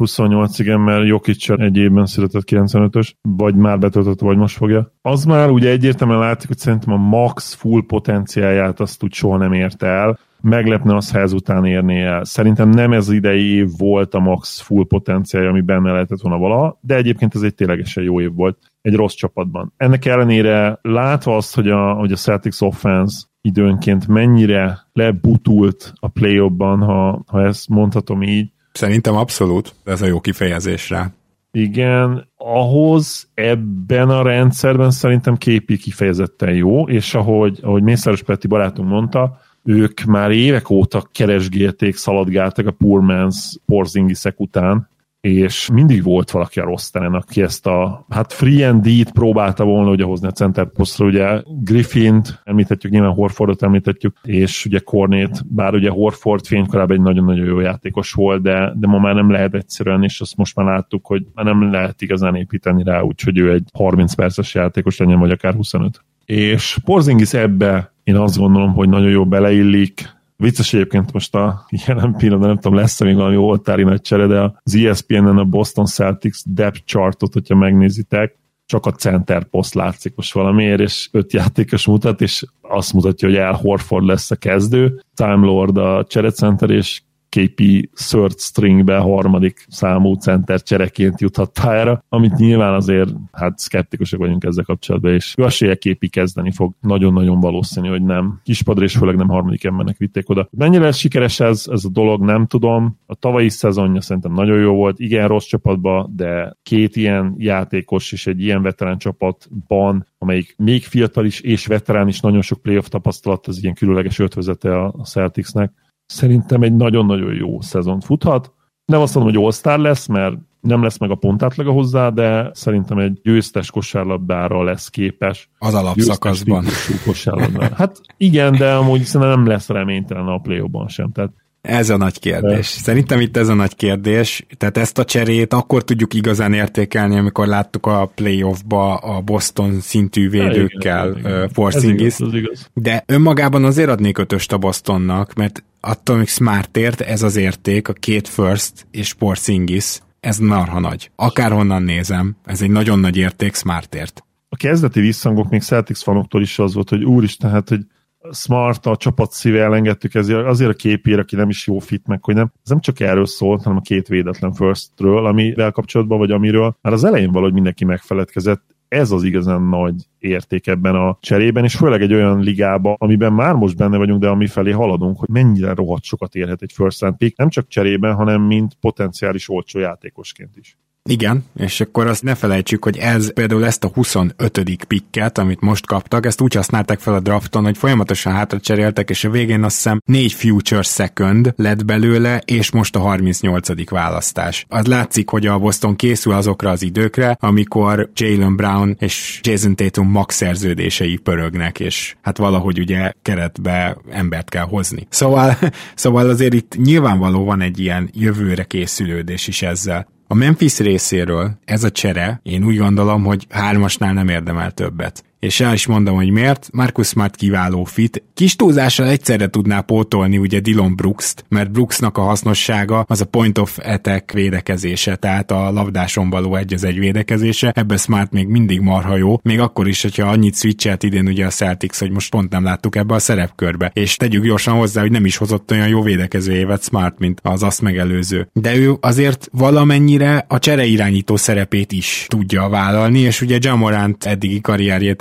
28, igen, mert Jokic egy évben született 95-ös, vagy már betöltötte, vagy most fogja. Az már ugye egyértelműen látszik, hogy szerintem a max full potenciáját azt úgy soha nem érte el. Meglepne az, ha ezután érné el. Szerintem nem ez az idei év volt a max full potenciálja, ami benne lehetett volna valaha, de egyébként ez egy ténylegesen jó év volt egy rossz csapatban. Ennek ellenére látva azt, hogy a Celtics offense időnként mennyire lebutult a play-offban, ha ezt mondhatom így. Szerintem abszolút, ez a jó kifejezés rá. Igen, ahhoz ebben a rendszerben szerintem képi kifejezetten jó, és ahogy Mészáros Peti barátunk mondta, ők már évek óta keresgélték, szaladgáltak a poor man's Porzingisek után, és mindig volt valaki a rosteren, aki ezt a free and D-t próbálta volna ugye hozni a center posztra, ugye Griffint említhetjük, nyilván Horfordot említhetjük, és ugye Cornet, bár ugye Horford fénykorában egy nagyon-nagyon jó játékos volt, de ma már nem lehet egyszerűen, és azt most már láttuk, hogy már nem lehet igazán építeni rá, úgyhogy ő egy 30 perces játékos legyen, vagy akár 25. És Porzingis ebbe én azt gondolom, hogy nagyon jó beleillik. Vicces egyébként most a jelen pillanatban, nem tudom, lesz-e még valami oltári nagy csere, de az ESPN-en a Boston Celtics depth chartot, hogyha megnézitek, csak a center poszt látszik most valamiért, és 5 játékos mutat, és azt mutatja, hogy Al Horford lesz a kezdő, Time Lord a cserecenter, és KP third stringbe harmadik számú center csereként juthat pályára, amit nyilván azért szkeptikusak vagyunk ezzel kapcsolatban, és jó esélye KP kezdeni fog. Nagyon-nagyon valószínű, hogy nem. Kispadra és főleg nem harmadik embernek vitték oda. Mennyire sikeres ez a dolog, nem tudom. A tavalyi szezonja szerintem nagyon jó volt, igen rossz csapatban, de 2 ilyen játékos és egy ilyen veterán csapatban, amelyik még fiatal is és veterán is, nagyon sok playoff tapasztalat, ez ilyen különleges ötvözete a Celticsnek. Szerintem egy nagyon-nagyon jó szezont futhat. Nem azt mondom, hogy all-star lesz, mert nem lesz meg a pontátlaga hozzá, de szerintem egy győztes kosárlabdára lesz képes. Az alapszakaszban. Hát igen, de amúgy szerintem nem lesz reménytelen a play-offban sem. Tehát ez a nagy kérdés. Szerintem itt ez a nagy kérdés. Tehát ezt a cserét akkor tudjuk igazán értékelni, amikor láttuk a playoffba a Boston szintű védőkkel Porzingis. De önmagában azért adnék 5-öst a Bostonnak, mert attól még Smartért ez az érték, a 2 first és Porzingis, ez marha nagy. Akárhonnan nézem, ez egy nagyon nagy érték Smartért. A kezdeti visszhangok még Celtics fanoktól is az volt, hogy úristen, hát, hogy Smart a csapat szíve elengedtük, azért a képére, aki nem is jó fit, meg hogy nem. Ez nem csak erről szólt, hanem a 2 védetlen firstről, amivel kapcsolatban, vagy amiről már az elején valahogy mindenki megfeledkezett. Ez az igazán nagy érték ebben a cserében, és főleg egy olyan ligában, amiben már most benne vagyunk, de ami felé haladunk, hogy mennyire rohadt sokat érhet egy first round pick, nem csak cserében, hanem mint potenciális olcsó játékosként is. Igen, és akkor azt ne felejtsük, hogy ez például ezt a 25. picket, amit most kaptak, ezt úgy használták fel a drafton, hogy folyamatosan hátra cseréltek, és a végén azt hiszem 4 future second lett belőle, és most a 38. választás. Az látszik, hogy a Boston készül azokra az időkre, amikor Jaylen Brown és Jason Tatum max szerződései pörögnek, és hát valahogy ugye keretbe embert kell hozni. Szóval azért itt nyilvánvaló van egy ilyen jövőre készülődés is ezzel. A Memphis részéről ez a csere, én úgy gondolom, hogy 3-asnál nem érdemel többet. És el is mondom, hogy miért. Marcus Smart kiváló fit. Kis túlzással egyszerre tudná pótolni ugye Dillon Brooks-t, mert Brooksnak a hasznossága az a point of attack védekezése, tehát a labdáson való 1-1 védekezése. Ebben Smart még mindig marha jó, még akkor is, hogyha annyit switchelt idén ugye a Celtics, hogy most pont nem láttuk ebbe a szerepkörbe. És tegyük gyorsan hozzá, hogy nem is hozott olyan jó védekező évet Smart, mint az azt megelőző. De ő azért valamennyire a csereirányító szerepét is tudja vállalni, és ugye Ja Morant eddigi karrierjét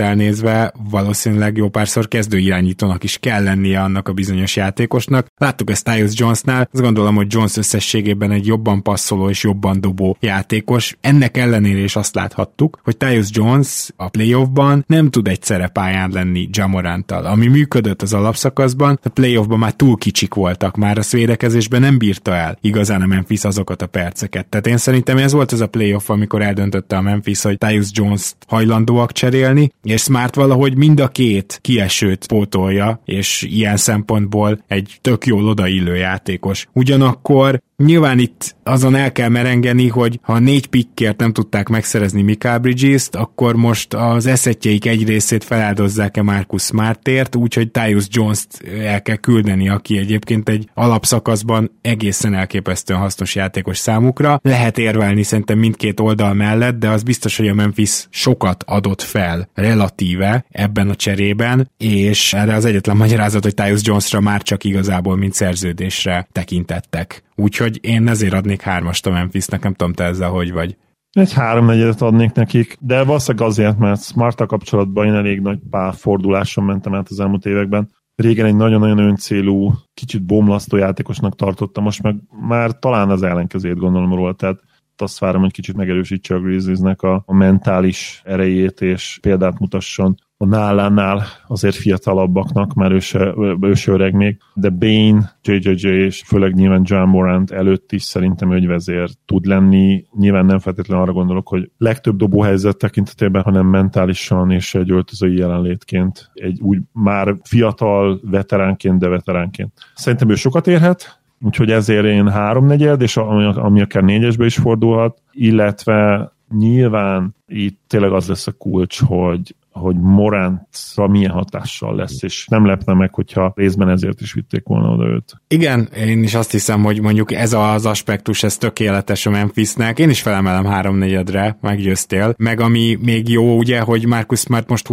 elnézve valószínűleg jó párszor kezdőirányítónak is kell lennie annak a bizonyos játékosnak. Láttuk ezt Tyus Jonesnál, azt gondolom, hogy Jones összességében egy jobban passzoló és jobban dobó játékos. Ennek ellenére is azt láthattuk, hogy Tyus Jones a playoffban nem tud egyszerre pályán lenni Ja Moranttal. Ami működött az alapszakaszban, a playoffban már túl kicsik voltak, már a védekezésben nem bírta el igazán a Memphis azokat a perceket. Tehát én szerintem ez volt az a playoff, amikor eldöntötte a Memphis, hogy Tyus Jones-t hajlandóak cserélni, és Smart valahogy mind a két kiesőt pótolja, és ilyen szempontból egy tök jól odaillő játékos. Ugyanakkor nyilván itt azon el kell merengeni, hogy ha 4 pickért nem tudták megszerezni Mikal Bridges-t, akkor most az eszetjeik egy részét feláldozzák-e Marcus Smartért, úgyhogy Tyus Jones-t el kell küldeni, aki egyébként egy alapszakaszban egészen elképesztően hasznos játékos számukra. Lehet érvelni szerintem mindkét oldal mellett, de az biztos, hogy a Memphis sokat adott fel relatíve ebben a cserében, és erre az egyetlen magyarázat, hogy Tyus Jonesra már csak igazából mint szerződésre tekintettek. Úgyhogy én ezért adnék 3-ast a Memphisnek, nem tudom, te ezzel hogy vagy. Egy 3-4-et adnék nekik, de valószínűleg azért, mert Smarttal kapcsolatban én elég nagy párforduláson mentem át az elmúlt években. Régen egy nagyon-nagyon öncélú, kicsit bomlasztó játékosnak tartottam, most meg már talán az ellenkezőjét gondolom róla, tehát azt várom, hogy kicsit megerősítse a Grizzliesnek a mentális erejét, és példát mutasson a nálánál azért fiatalabbaknak, mert ő se öreg még, de Bane, JJJ és főleg nyilván Ja Morant előtt is szerintem vezér tud lenni. Nyilván nem feltétlenül arra gondolok, hogy legtöbb dobóhelyzet tekintetében, hanem mentálisan és egy öltözői jelenlétként, egy úgy már fiatal veteránként, de veteránként. Szerintem ő sokat érhet, úgyhogy ezért én 3-4, és ami akár 4-esbe is fordulhat, illetve nyilván itt tényleg az lesz a kulcs, hogy Morantra milyen hatással lesz, és nem lepne meg, hogyha részben ezért is vitték volna oda őt. Igen, én is azt hiszem, hogy mondjuk ez az aspektus, ez tökéletes a Memphisnek. Én is felemelem 3-4-re, meggyőztél. Meg ami még jó, ugye, hogy Marcus Smart most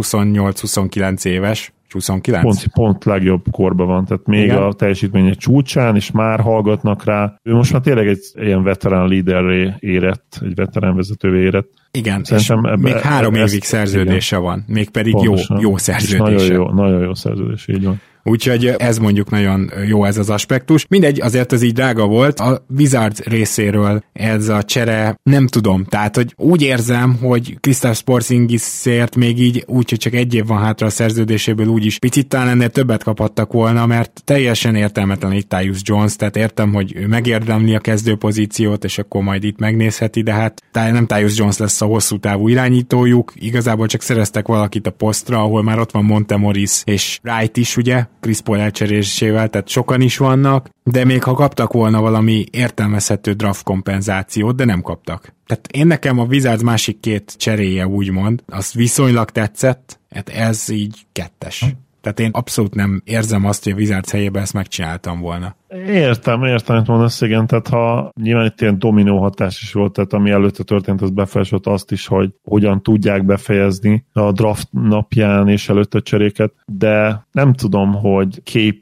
28-29 éves, 29? Pont legjobb korban van, tehát még igen. A teljesítménye csúcsán, és már hallgatnak rá. Ő most már tényleg egy ilyen veterán líderré érett, egy veterán vezetővé érett. Igen, szerintem és még 3 évig szerződése igen. Van, mégpedig jó szerződése. Nagyon jó szerződés, így van. Úgyhogy ez mondjuk nagyon jó ez az aspektus. Mindegy, azért ez így drága volt. A Wizards részéről ez a csere, nem tudom. Tehát, hogy úgy érzem, hogy Kristaps Porzingisért még így, úgyhogy csak 1 év van hátra a szerződéséből, úgyis picit talán ennél többet kaphattak volna, mert teljesen értelmetlen itt Tyus Jones, tehát értem, hogy ő megérdemli a kezdőpozíciót, és akkor majd itt megnézheti, de hát nem Tyus Jones lesz a hosszú távú irányítójuk, igazából csak szereztek valakit a posztra, ahol már ott van Monte Morris és Wright is, ugye, Chris Paul elcserésével, tehát sokan is vannak, de még ha kaptak volna valami értelmezhető draft kompenzációt, de nem kaptak. Tehát én nekem a Wizards másik 2 cseréje úgymond, az viszonylag tetszett, hát ez így 2-es. Tehát én abszolút nem érzem azt, hogy a Wizards helyében ezt megcsináltam volna. Értem, hogy mondasz, igen, tehát ha nyilván itt ilyen dominó hatás is volt, tehát ami előtte történt, az befolyásolt azt is, hogy hogyan tudják befejezni a draft napján és előtte cseréket, de nem tudom, hogy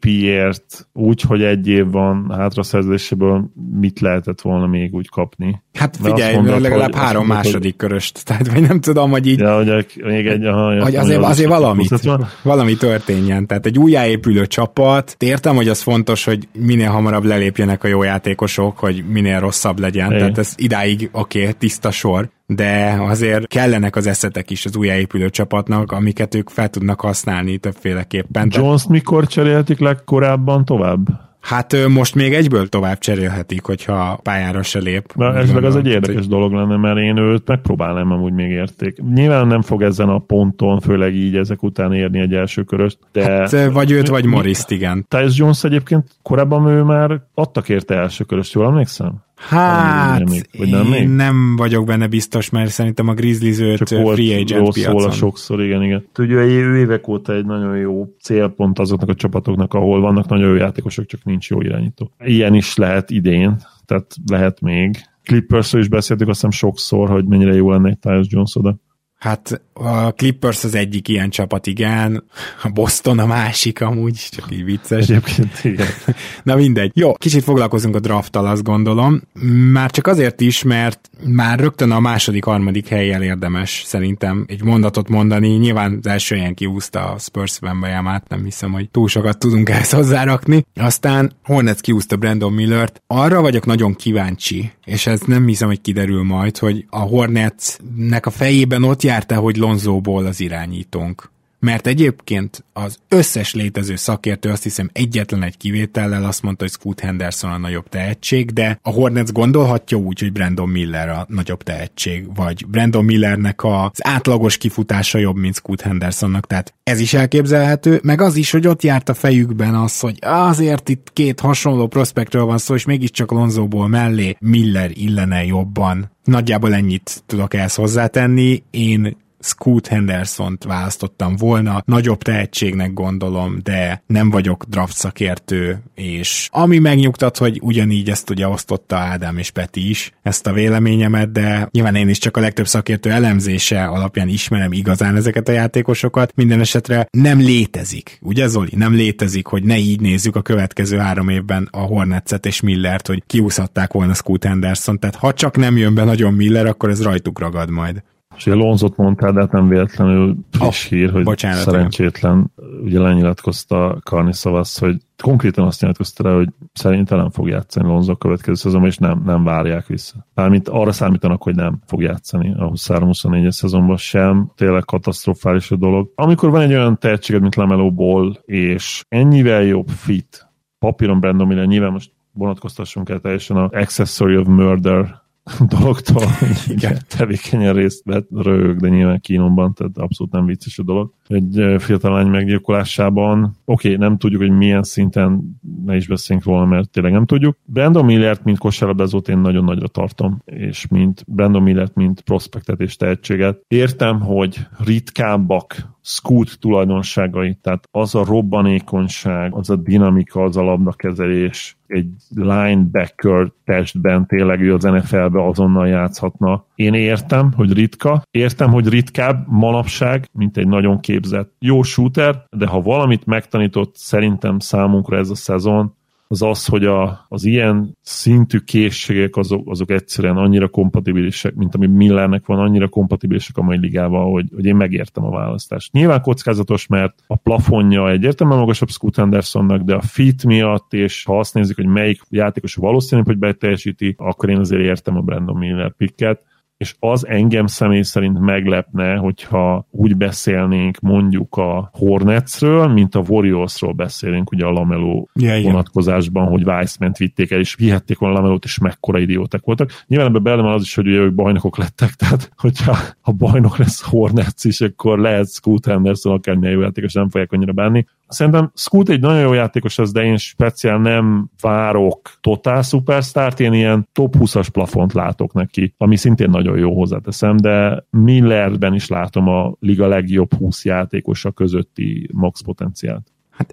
KP-ért úgy, hogy 1 év van hátra szerződéséből mit lehetett volna még úgy kapni. Hát figyelj, mondod, legalább 3 második köröst, tehát vagy nem tudom, hogy így... Ja, hogy még egy... hogy azért valami történjen, tehát egy újjáépülő csapat, értem, hogy az fontos, hogy minél hamarabb lelépjenek a jó játékosok, hogy minél rosszabb legyen. Tehát ez idáig tiszta sor, de azért kellenek az eszetek is az újjáépülő csapatnak, amiket ők fel tudnak használni többféleképpen. Jones mikor cserélhetik legkorábban tovább? Hát most még egyből tovább cserélhetik, hogyha pályára se lép. Esetleg az egy érdekes dolog lenne, mert én őt megpróbálnám amúgy még érték. Nyilván nem fog ezen a ponton, főleg így ezek után érni egy első köröst, de... Hát, vagy őt, vagy Morris-t, igen. Tyus Jones egyébként korábban ő már adtak érte első köröst, jól emlékszem? Hát, én nem vagyok benne biztos, mert szerintem a Grizzlies őt free agent piacon. Szól sokszor, igen. Ugye ő évek óta egy nagyon jó célpont azoknak a csapatoknak, ahol vannak nagyon jó játékosok, csak nincs jó irányító. Ilyen is lehet idén, tehát lehet még. Clippersről is beszéltük azt hiszem sokszor, hogy mennyire jó lenne egy Tyus Jones oda. Hát a Clippers az egyik ilyen csapat, igen, a Boston a másik amúgy, csak így vicces. Egyébként igen. Na mindegy. Jó, kicsit foglalkozunk a drafttal, azt gondolom. Már csak azért is, mert már rögtön a második-harmadik helyen érdemes szerintem egy mondatot mondani. Nyilván az első helyen kiúzta a Spurs Wembanyamát, nem hiszem, hogy túl sokat tudunk ehhez hozzárakni. Aztán Hornets kiúzta Brandon Millert. Arra vagyok nagyon kíváncsi, és ez nem hiszem, hogy kiderül majd, hogy a Hornetsnek a fejében ott járt-e, hogy Lonzóból az irányítónk. Mert egyébként az összes létező szakértő, azt hiszem egyetlen egy kivétellel azt mondta, hogy Scoot Henderson a nagyobb tehetség, de a Hornets gondolhatja úgy, hogy Brandon Miller a nagyobb tehetség, vagy Brandon Millernek az átlagos kifutása jobb, mint Scoot Hendersonnak, tehát ez is elképzelhető, meg az is, hogy ott járt a fejükben az, hogy azért itt két hasonló prospektről van szó, és mégiscsak Lonzóból mellé Miller illene jobban. Nagyjából ennyit tudok ehhez hozzátenni, én Scoot Hendersont választottam volna, nagyobb tehetségnek gondolom, de nem vagyok draft szakértő, és ami megnyugtat, hogy ugyanígy ezt ugye osztotta Ádám és Peti is, ezt a véleményemet, de nyilván én is csak a legtöbb szakértő elemzése alapján ismerem igazán ezeket a játékosokat, minden esetre nem létezik, ugye Zoli? Nem létezik, hogy ne így nézzük a következő 3 évben a Hornetset és Millert, hogy kiúszhatták volna Scoot Henderson, tehát ha csak nem jön be nagyon Miller, akkor ez rajtuk ragad majd. És ugye Lonzot mondtál, de hát nem véletlenül friss hír, hogy bocsánat, szerencsétlen, ugye lenyilatkozta Karni Szavasz, hogy konkrétan azt nyilatkozta rá, hogy szerintem nem fog játszani Lonzo a következő szezonban, és nem várják vissza. Mármint arra számítanak, hogy nem fog játszani a 23-24-es szezonban sem. Tényleg katasztrofális a dolog. Amikor van egy olyan tehetséged, mint LaMelo Ball, és ennyivel jobb fit, papíron Brandon Miller, nyilván most vonatkoztassunk el teljesen a accessory of murder dologtól, igen, tevékenyen részt vett, röhög, de nyilván kínomban, tehát abszolút nem vicces a dolog. Egy fiatal lány meggyilkolásában, oké, nem tudjuk, hogy milyen szinten, ne is beszéljünk róla, mert tényleg nem tudjuk. Brandon Millert, mint kosárlabdázót én nagyon nagyra tartom, és mint Brandon Millert, mint prospektet és tehetséget. Értem, hogy ritkábbak Scoot tulajdonságai, tehát az a robbanékonyság, az a dinamika, az a labdakezelés, egy linebacker testben tényleg ő az NFL-be azonnal játszhatna. Én értem, hogy ritka, értem, hogy ritkább manapság, mint egy nagyon képzett jó shooter, de ha valamit megtanított szerintem számunkra ez a szezon, az, hogy az ilyen szintű készségek azok egyszerűen annyira kompatibilisek, mint ami Millernek van, annyira kompatibilisek a mai ligával, hogy én megértem a választást. Nyilván kockázatos, mert a plafonja egyértelműen magasabb Scoot Hendersonnak, de a fit miatt, és ha azt nézzük, hogy melyik játékos valószínűbb, hogy beteljesíti, akkor én azért értem a Brandon Miller picket. És az engem személy szerint meglepne, hogyha úgy beszélnénk mondjuk a Hornetsről, mint a Warriorsról beszélünk, ugye a LaMelo vonatkozásban, hogy Weissman-t vitték el, és vihették volna LaMelót, és mekkora idióták voltak. Nyilván ebben bele van az is, hogy ugye ők bajnokok lettek, tehát hogyha a bajnok lesz Hornets is, akkor lehet Scoot Henderson, akármilyen jó játékos, nem fogják annyira bánni. Szerintem Scoot egy nagyon jó játékos az, de én speciál nem várok totál szupersztárt, én ilyen top 20-as plafont látok neki, ami szintén nagyon jó, hozzáteszem, de Millerben is látom a liga legjobb 20 játékosa közötti max potenciált.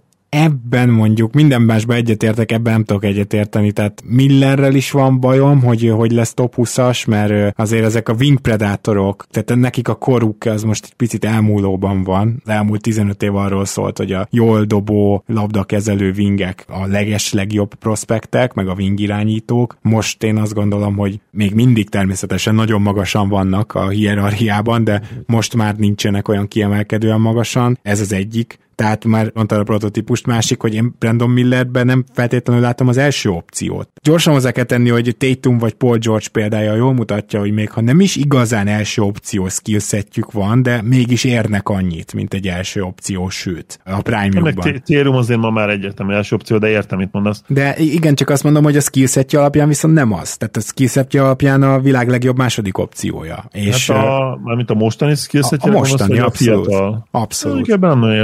Ebben mondjuk minden másban egyetértek, ebben nem tudok egyetérteni, tehát Millerrel is van bajom, hogy lesz top 20-as, mert azért ezek a wing predátorok, tehát nekik a koruk az most egy picit elmúlóban van. Az elmúlt 15 év arról szólt, hogy a jól dobó, labdakezelő wingek a legjobb prospektek, meg a wing irányítók. Most én azt gondolom, hogy még mindig természetesen nagyon magasan vannak a hierarchiában, de most már nincsenek olyan kiemelkedően magasan. Ez az egyik. Tehát már mondtad a prototípust, másik, hogy én Brandon Millerben nem feltétlenül látom az első opciót. Gyorsan hozzá kell tenni, hogy Tatum vagy Paul George példája jól mutatja, hogy még ha nem is igazán első opció skillsetjük van, de mégis érnek annyit, mint egy első opció, sőt, a prime-jukban. Tatum azért ma már egyértelmű első opció, de értem, mit mondasz. De igen, csak azt mondom, hogy a skillsetje alapján viszont nem az. Tehát a skillsetje alapján a világ legjobb második opciója. És hát mármint a mostani skillsetje? A mostani, abszolút. Abszolút. Ebben nem nagyon értek. Szerintem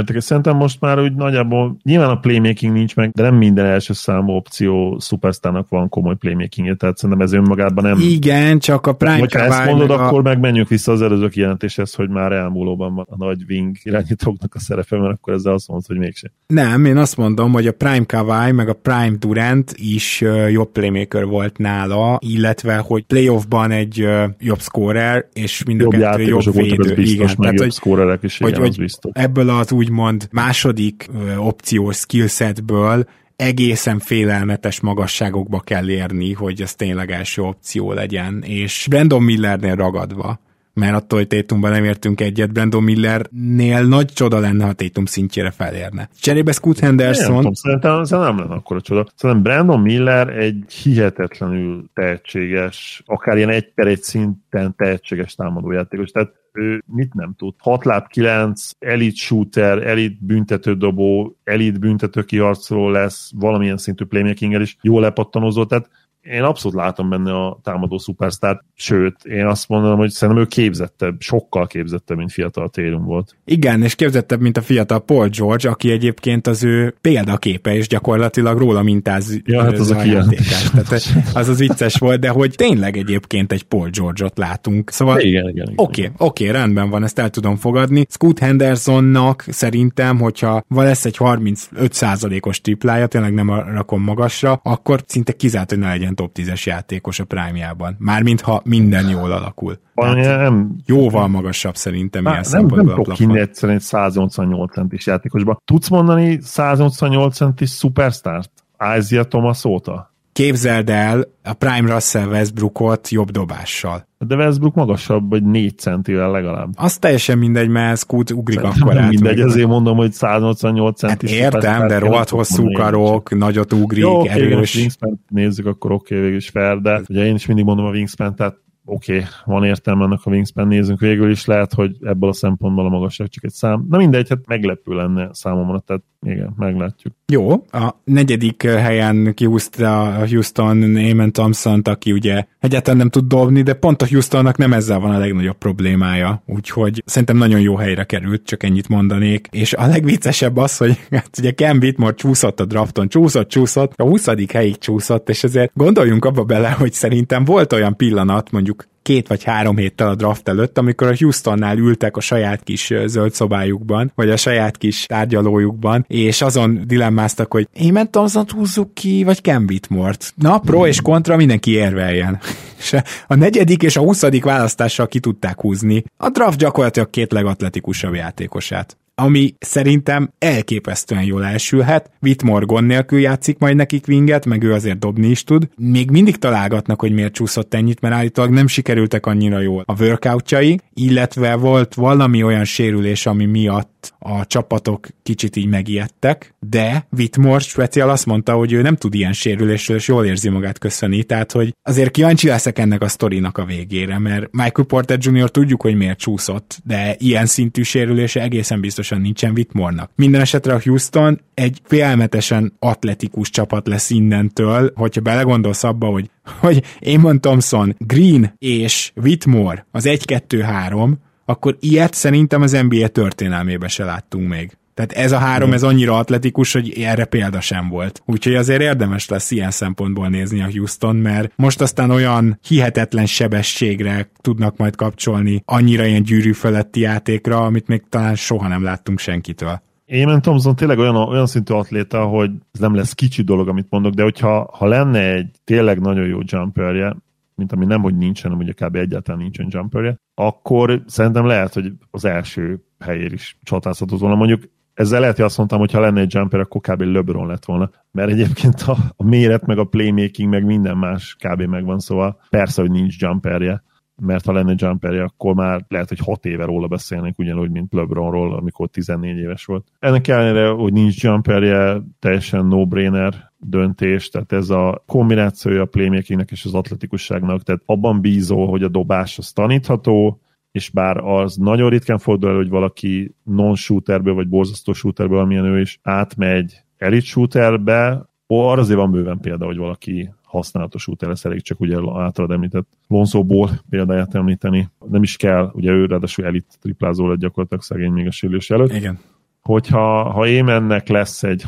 szerintem most már úgy nagyjából, nyilván a playmaking nincs meg, de nem minden első számú opció szupersztárnak van komoly playmakingje, tehát szerintem ez önmagában nem... Igen, csak a Prime Kawhi... Ha ezt mondod, akkor meg menjünk vissza az előző kijelentéshez, hogy már elmúlóban van a nagy wing irányítóknak a szerepe, mert akkor ezzel azt mondod, hogy mégsem. Nem, én azt mondom, hogy a Prime Kawhi meg a Prime Durant is jobb playmaker volt nála, illetve, hogy playoffban egy jobb scorer, és mind a kettő jobb védő. Biztos, igen, tehát, jobb scorerek is, igen, az biztos. Ebből az úgymond második opciós skillsetből egészen félelmetes magasságokba kell érni, hogy ez tényleg első opció legyen, és Brandon Millernél ragadva, mert attól, hogy Tatumban nem értünk egyet, Brandon Millernél nagy csoda lenne, ha Tatum szintjére felérne. Cserébe Scoot Henderson... Szerintem nem lenne akkora csoda. Szerintem Brandon Miller egy hihetetlenül tehetséges, akár ilyen 1/1 szinten tehetséges támadójátékos. Tehát ő mit nem tud? 6 láb 9, elit shooter, elit büntetődobó, elit büntető kiharcoló lesz, valamilyen szintű playmaking-el is jól lepattanozó, tehát én abszolút látom benne a támadó szupersztárt, sőt, én azt mondom, hogy szerintem ő képzettebb, sokkal képzettebb, mint fiatal Tatum volt. Igen, és képzettebb, mint a fiatal Paul George, aki egyébként az ő példaképe, és gyakorlatilag róla mintáz hát az a játékás. Tehát az vicces volt, de hogy tényleg egyébként egy Paul George-ot látunk. Szóval igen. Oké, rendben van, ezt el tudom fogadni. Scoot Hendersonnak szerintem, hogyha lesz egy 35%-os triplája, tényleg nem rakom magasra, akkor szinte kizárt, hogy ne legyen top 10-es játékos a Prime-jában. Mármint ha minden jól alakul. Jóval magasabb szerintem ilyen szempontból a plafon. Nem tudok kinni egyszerűen egy 188 centis játékosba. Tudsz mondani 188 centis szupersztárt? Isaiah Thomas óta? Képzeld el a Prime Russell Westbrookot jobb dobással. De Westbrook magasabb, vagy 4 centivel legalább. Az teljesen mindegy, mert Scoot ugrik akkorát. Mindegy, ezért mondom, hogy 188 centis. Hát értem, de rohadt hosszú karok, nagyot ugrik, jó, erős. Wingspan nézzük, akkor végül is fair, de ugye én is mindig mondom a Wingspan, tehát van értelme annak a Wingspan, nézzünk végül is, lehet, hogy ebből a szempontból a magasság csak egy szám. Na mindegy, hát meglepő lenne számomra, tehát igen, meglátjuk. Jó, a 4. helyen kihúzta a Houston Amen Thompsont, aki ugye egyáltalán nem tud dobni, de pont a Houstonnak nem ezzel van a legnagyobb problémája, úgyhogy szerintem nagyon jó helyre került, csak ennyit mondanék, és a legviccesebb az, hogy hát ugye Cam Whitmore csúszott a drafton, csúszott, a 20. helyig csúszott, és ezért gondoljunk abba bele, hogy szerintem volt olyan pillanat, mondjuk 2 vagy 3 héttel a draft előtt, amikor a Houstonnál ültek a saját kis zöld szobájukban, vagy a saját kis tárgyalójukban, és azon dilemmáztak, hogy Amen Thompsont húzzuk ki, vagy Cam Whitmore-t. Na, pro és kontra, mindenki érveljen. És a 4. és a 20. választással ki tudták húzni a draft gyakorlatilag 2 legatletikusabb játékosát, ami szerintem elképesztően jól elsülhet. Whitmore gond nélkül játszik majd nekik winget, meg ő azért dobni is tud. Még mindig találgatnak, hogy miért csúszott ennyit, mert állítólag nem sikerültek annyira jól a workoutjai, illetve volt valami olyan sérülés, ami miatt a csapatok kicsit így megijedtek, de Whitmore speciál azt mondta, hogy ő nem tud ilyen sérülésről, és jól érzi magát, köszöni, tehát hogy azért kíváncsi leszek ennek a sztorinak a végére, mert Michael Porter Jr. tudjuk, hogy miért csúszott, de ilyen szintű sérülése egészen biztosan nincsen Whitmore-nak. Minden esetre a Houston egy félelmetesen atletikus csapat lesz innentől, hogyha belegondolsz abba, hogy Amen Thompson, Green és Whitmore az 1-2-3, akkor ilyet szerintem az NBA történelmében se láttunk még. Tehát ez a 3, ez annyira atletikus, hogy erre példa sem volt. Úgyhogy azért érdemes lesz ilyen szempontból nézni a Houston, mert most aztán olyan hihetetlen sebességre tudnak majd kapcsolni, annyira ilyen gyűrű feletti játékra, amit még talán soha nem láttunk senkitől. Amen Thompson tényleg olyan szintű atléta, hogy ez nem lesz kicsi dolog, amit mondok, de hogyha lenne egy tényleg nagyon jó jumperje, mint ami nem, hogy nincsen, hanem ugye kb. Egyáltalán nincsen jumperje, akkor szerintem lehet, hogy az első helyér is csatázhatott volna. Mondjuk ezzel lehet, hogy azt mondtam, hogy ha lenne egy jumper, akkor kb. LeBron lett volna. Mert egyébként a méret, meg a playmaking, meg minden más kb. Megvan, szóval persze, hogy nincs jumperje, mert ha lenne jumperje, akkor már lehet, hogy 6 éve róla beszélnek, ugyanúgy, mint LeBronról, amikor 14 éves volt. Ennek ellenére, hogy nincs jumperje, teljesen no-brainer döntés, tehát ez a kombinációja a playmakingnek és az atletikusságnak, tehát abban bízó, hogy a dobás az tanítható, és bár az nagyon ritkán fordul el, hogy valaki non-shooterből, vagy borzasztó shooterből, amilyen ő is, átmegy elite shooterbe, arra azért van bőven példa, hogy valaki használatos shooter lesz, elég csak ugye általad említett Lonzo Ball példáját említeni. Nem is kell, ugye ő ráadásul elit triplázó lett gyakorlatilag szegény még a sérülés előtt. Igen. hogyha Aymannek lesz egy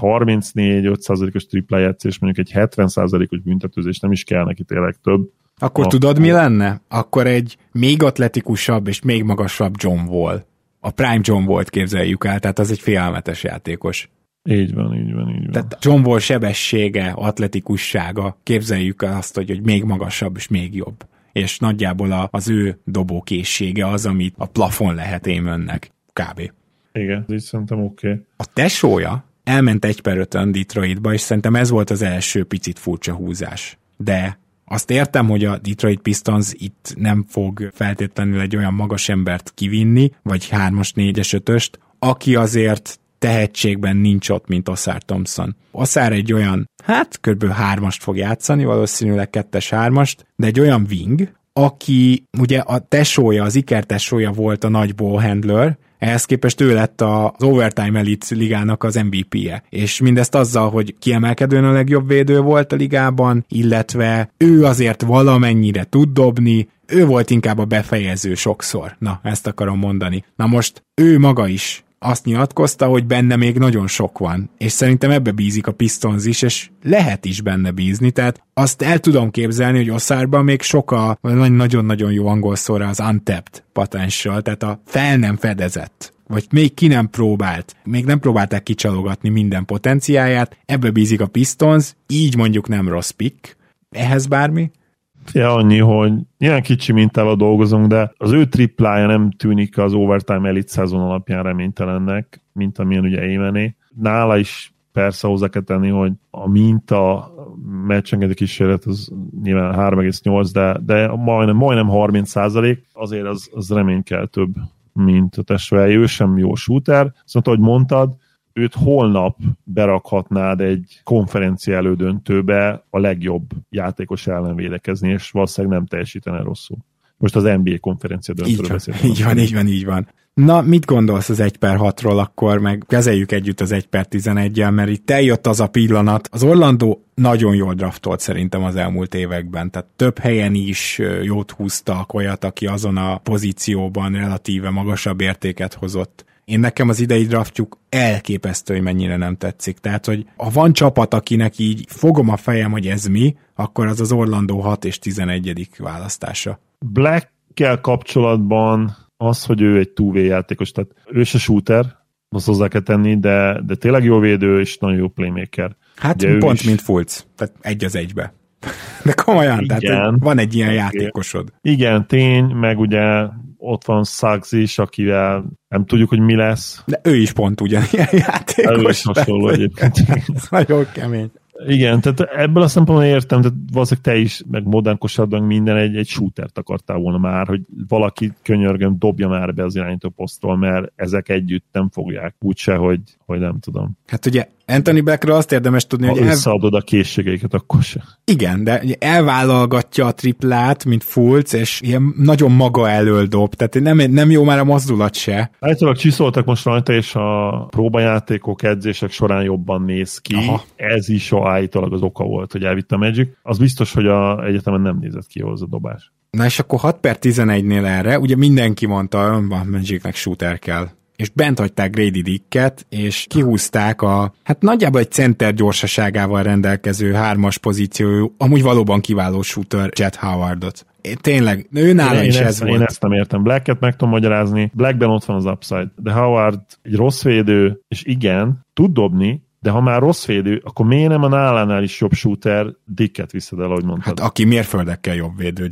34-5%-os triplájátszés, mondjuk egy 70%-os büntetőzés, nem is kell neki tényleg több. Akkor tudod, mi lenne? Akkor egy még atletikusabb és még magasabb John Wall. A Prime John Wallt képzeljük el, tehát az egy félelmetes játékos. Így van. Tehát John Wall sebessége, atletikussága, képzeljük el azt, hogy még magasabb és még jobb. És nagyjából az ő dobókészsége az, amit a plafon lehet Aymannek. Kb. Igen, így szerintem oké. A tesója elment 1/5 Detroitba, és szerintem ez volt az első picit furcsa húzás. De azt értem, hogy a Detroit Pistons itt nem fog feltétlenül egy olyan magas embert kivinni, vagy 3-as, 4-es, 5-öst, aki azért tehetségben nincs ott, mint Oscar Thompson. Oscar egy olyan, kb. 3-ast fog játszani, valószínűleg 2-es, 3-ast, de egy olyan wing, aki ugye a tesója, az ikertesója volt a nagy ball handler, ehhez képest ő lett az Overtime Elite ligának az MVP-je. És mindezt azzal, hogy kiemelkedően a legjobb védő volt a ligában, illetve ő azért valamennyire tud dobni, ő volt inkább a befejező sokszor. Na, ezt akarom mondani. Na most ő maga is azt nyilatkozta, hogy benne még nagyon sok van, és szerintem ebbe bízik a Pistons is, és lehet is benne bízni, tehát azt el tudom képzelni, hogy Oscarban még sok a nagyon-nagyon jó angol szóra az untapped potential, tehát a fel nem fedezett, vagy még ki nem próbált, még nem próbálták kicsalogatni minden potenciáját, ebbe bízik a Pistons, így mondjuk nem rossz pick. Ehhez bármi? Ja, annyi, hogy ilyen kicsi mintával dolgozunk, de az ő triplája nem tűnik az Overtime Elite szezon alapján reménytelennek, mint amilyen ugye Aymané. Nála is persze hozzá kell tenni, hogy a minta meccsenkedő kísérlet az nyilván 3,8, de majdnem 30%, azért az reménykeltőbb, mint a testvérje. Ő sem jó shooter, szóval, ahogy mondtad, őt holnap berakhatnád egy konferencia elődöntőbe a legjobb játékos ellen védekezni, és valószínűleg nem teljesítene rosszul. Most az NBA konferencia döntőről beszéltem. Így van. Na, mit gondolsz az 1/6-ról, akkor meg kezeljük együtt az 1/11-jel, mert itt eljött az a pillanat. Az Orlando nagyon jól draftolt szerintem az elmúlt években, tehát több helyen is jót húztak olyat, aki azon a pozícióban relatíve magasabb értéket hozott. Nekem az idei draftjuk elképesztő, hogy mennyire nem tetszik. Tehát, hogy ha van csapat, akinek így fogom a fejem, hogy ez mi, akkor az Orlando 6 és 11. választása. Blackkel kapcsolatban az, hogy ő egy two-way játékos, tehát ő se shooter, azt hozzá kell tenni, de tényleg jó védő és nagyon jó playmaker. Hát ugye pont mint Fultz, tehát 1-1. De komolyan, igen, tehát van egy ilyen játékosod. Igen, tény, meg ugye ott van Suggs is, akivel nem tudjuk, hogy mi lesz. De ő is pont ugyanilyen játékos. Ő is hasonló egyébként. Ez nagyon kemény. Igen, tehát ebből a szempontból értem, tehát valószínűleg te is, meg modern kosárban minden egy shootert akartál volna már, hogy valaki könyörgöm dobja már be az irányító posztról, mert ezek együtt nem fogják úgyse, hogy nem tudom. Hát ugye Anthony Blackről azt érdemes tudni, hogy összeadod a készségeiket, akkor se. Igen, de elvállalgatja a triplát, mint Fultz, és ilyen nagyon maga elől dob, tehát nem jó már a mozdulat se. Általában csiszoltak most rajta, és a próbajátékok, edzések során jobban néz ki. Aha. Ez is állítólag az oka volt, hogy elvitte a Magic. Az biztos, hogy a egyetemen nem nézett ki az a dobás. Na és akkor 6/11-nél erre, ugye mindenki mondta, a Magicnek shooter kell. És bent hagyták Grady Dicket, és kihúzták hát nagyjából egy center gyorsaságával rendelkező 3-as pozíciójú, amúgy valóban kiváló shooter Jet Howardot. Tényleg, ő nála is ez volt. Én ezt nem értem. Blacket meg tudom magyarázni, Blackben ott van az upside, de Howard egy rossz védő, és igen, tud dobni, de ha már rossz védő, akkor miért nem a nálánál is jobb shooter Dicket viszed el, ahogy mondtad? Hát aki mérföldekkel jobb védő,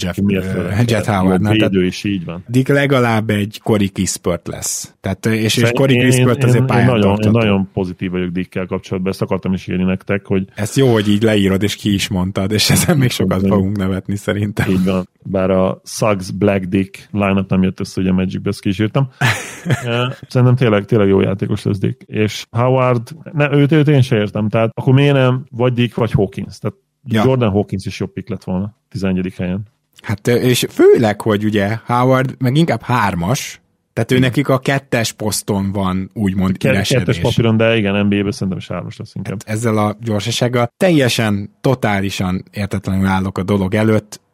Jet Howard. Védő is így van. Dick legalább egy Corey Kispert lesz. Tehát, és Corey Kispert azért pályán tartható. Nagyon pozitív vagyok Dickkel kapcsolatban, ezt akartam is írni nektek, hogy... Ezt jó, hogy így leírod, és ki is mondtad, és ezen még sokat fogunk nevetni szerintem. Így van. Bár a Suggs Black Dick line-up nem jött össze, hogy a Magicbe ezt ki is írtam. Szerintem tényleg jó játékos lesz Dick. És Howard, őt én sem értem, tehát akkor miért nem vagy Dick, vagy Hawkins? Tehát Jordan Hawkins is jobb pick lett volna 11. helyen. Hát és főleg, hogy ugye Howard meg inkább 3-as, tehát ő nekik a 2-es poszton van úgymond kiresedés. 2-es papíron, de igen, NBA-ben szerintem is 3-as lesz inkább. Hát ezzel a gyorsasággal teljesen, totálisan értetlenül állok a dolog előtt.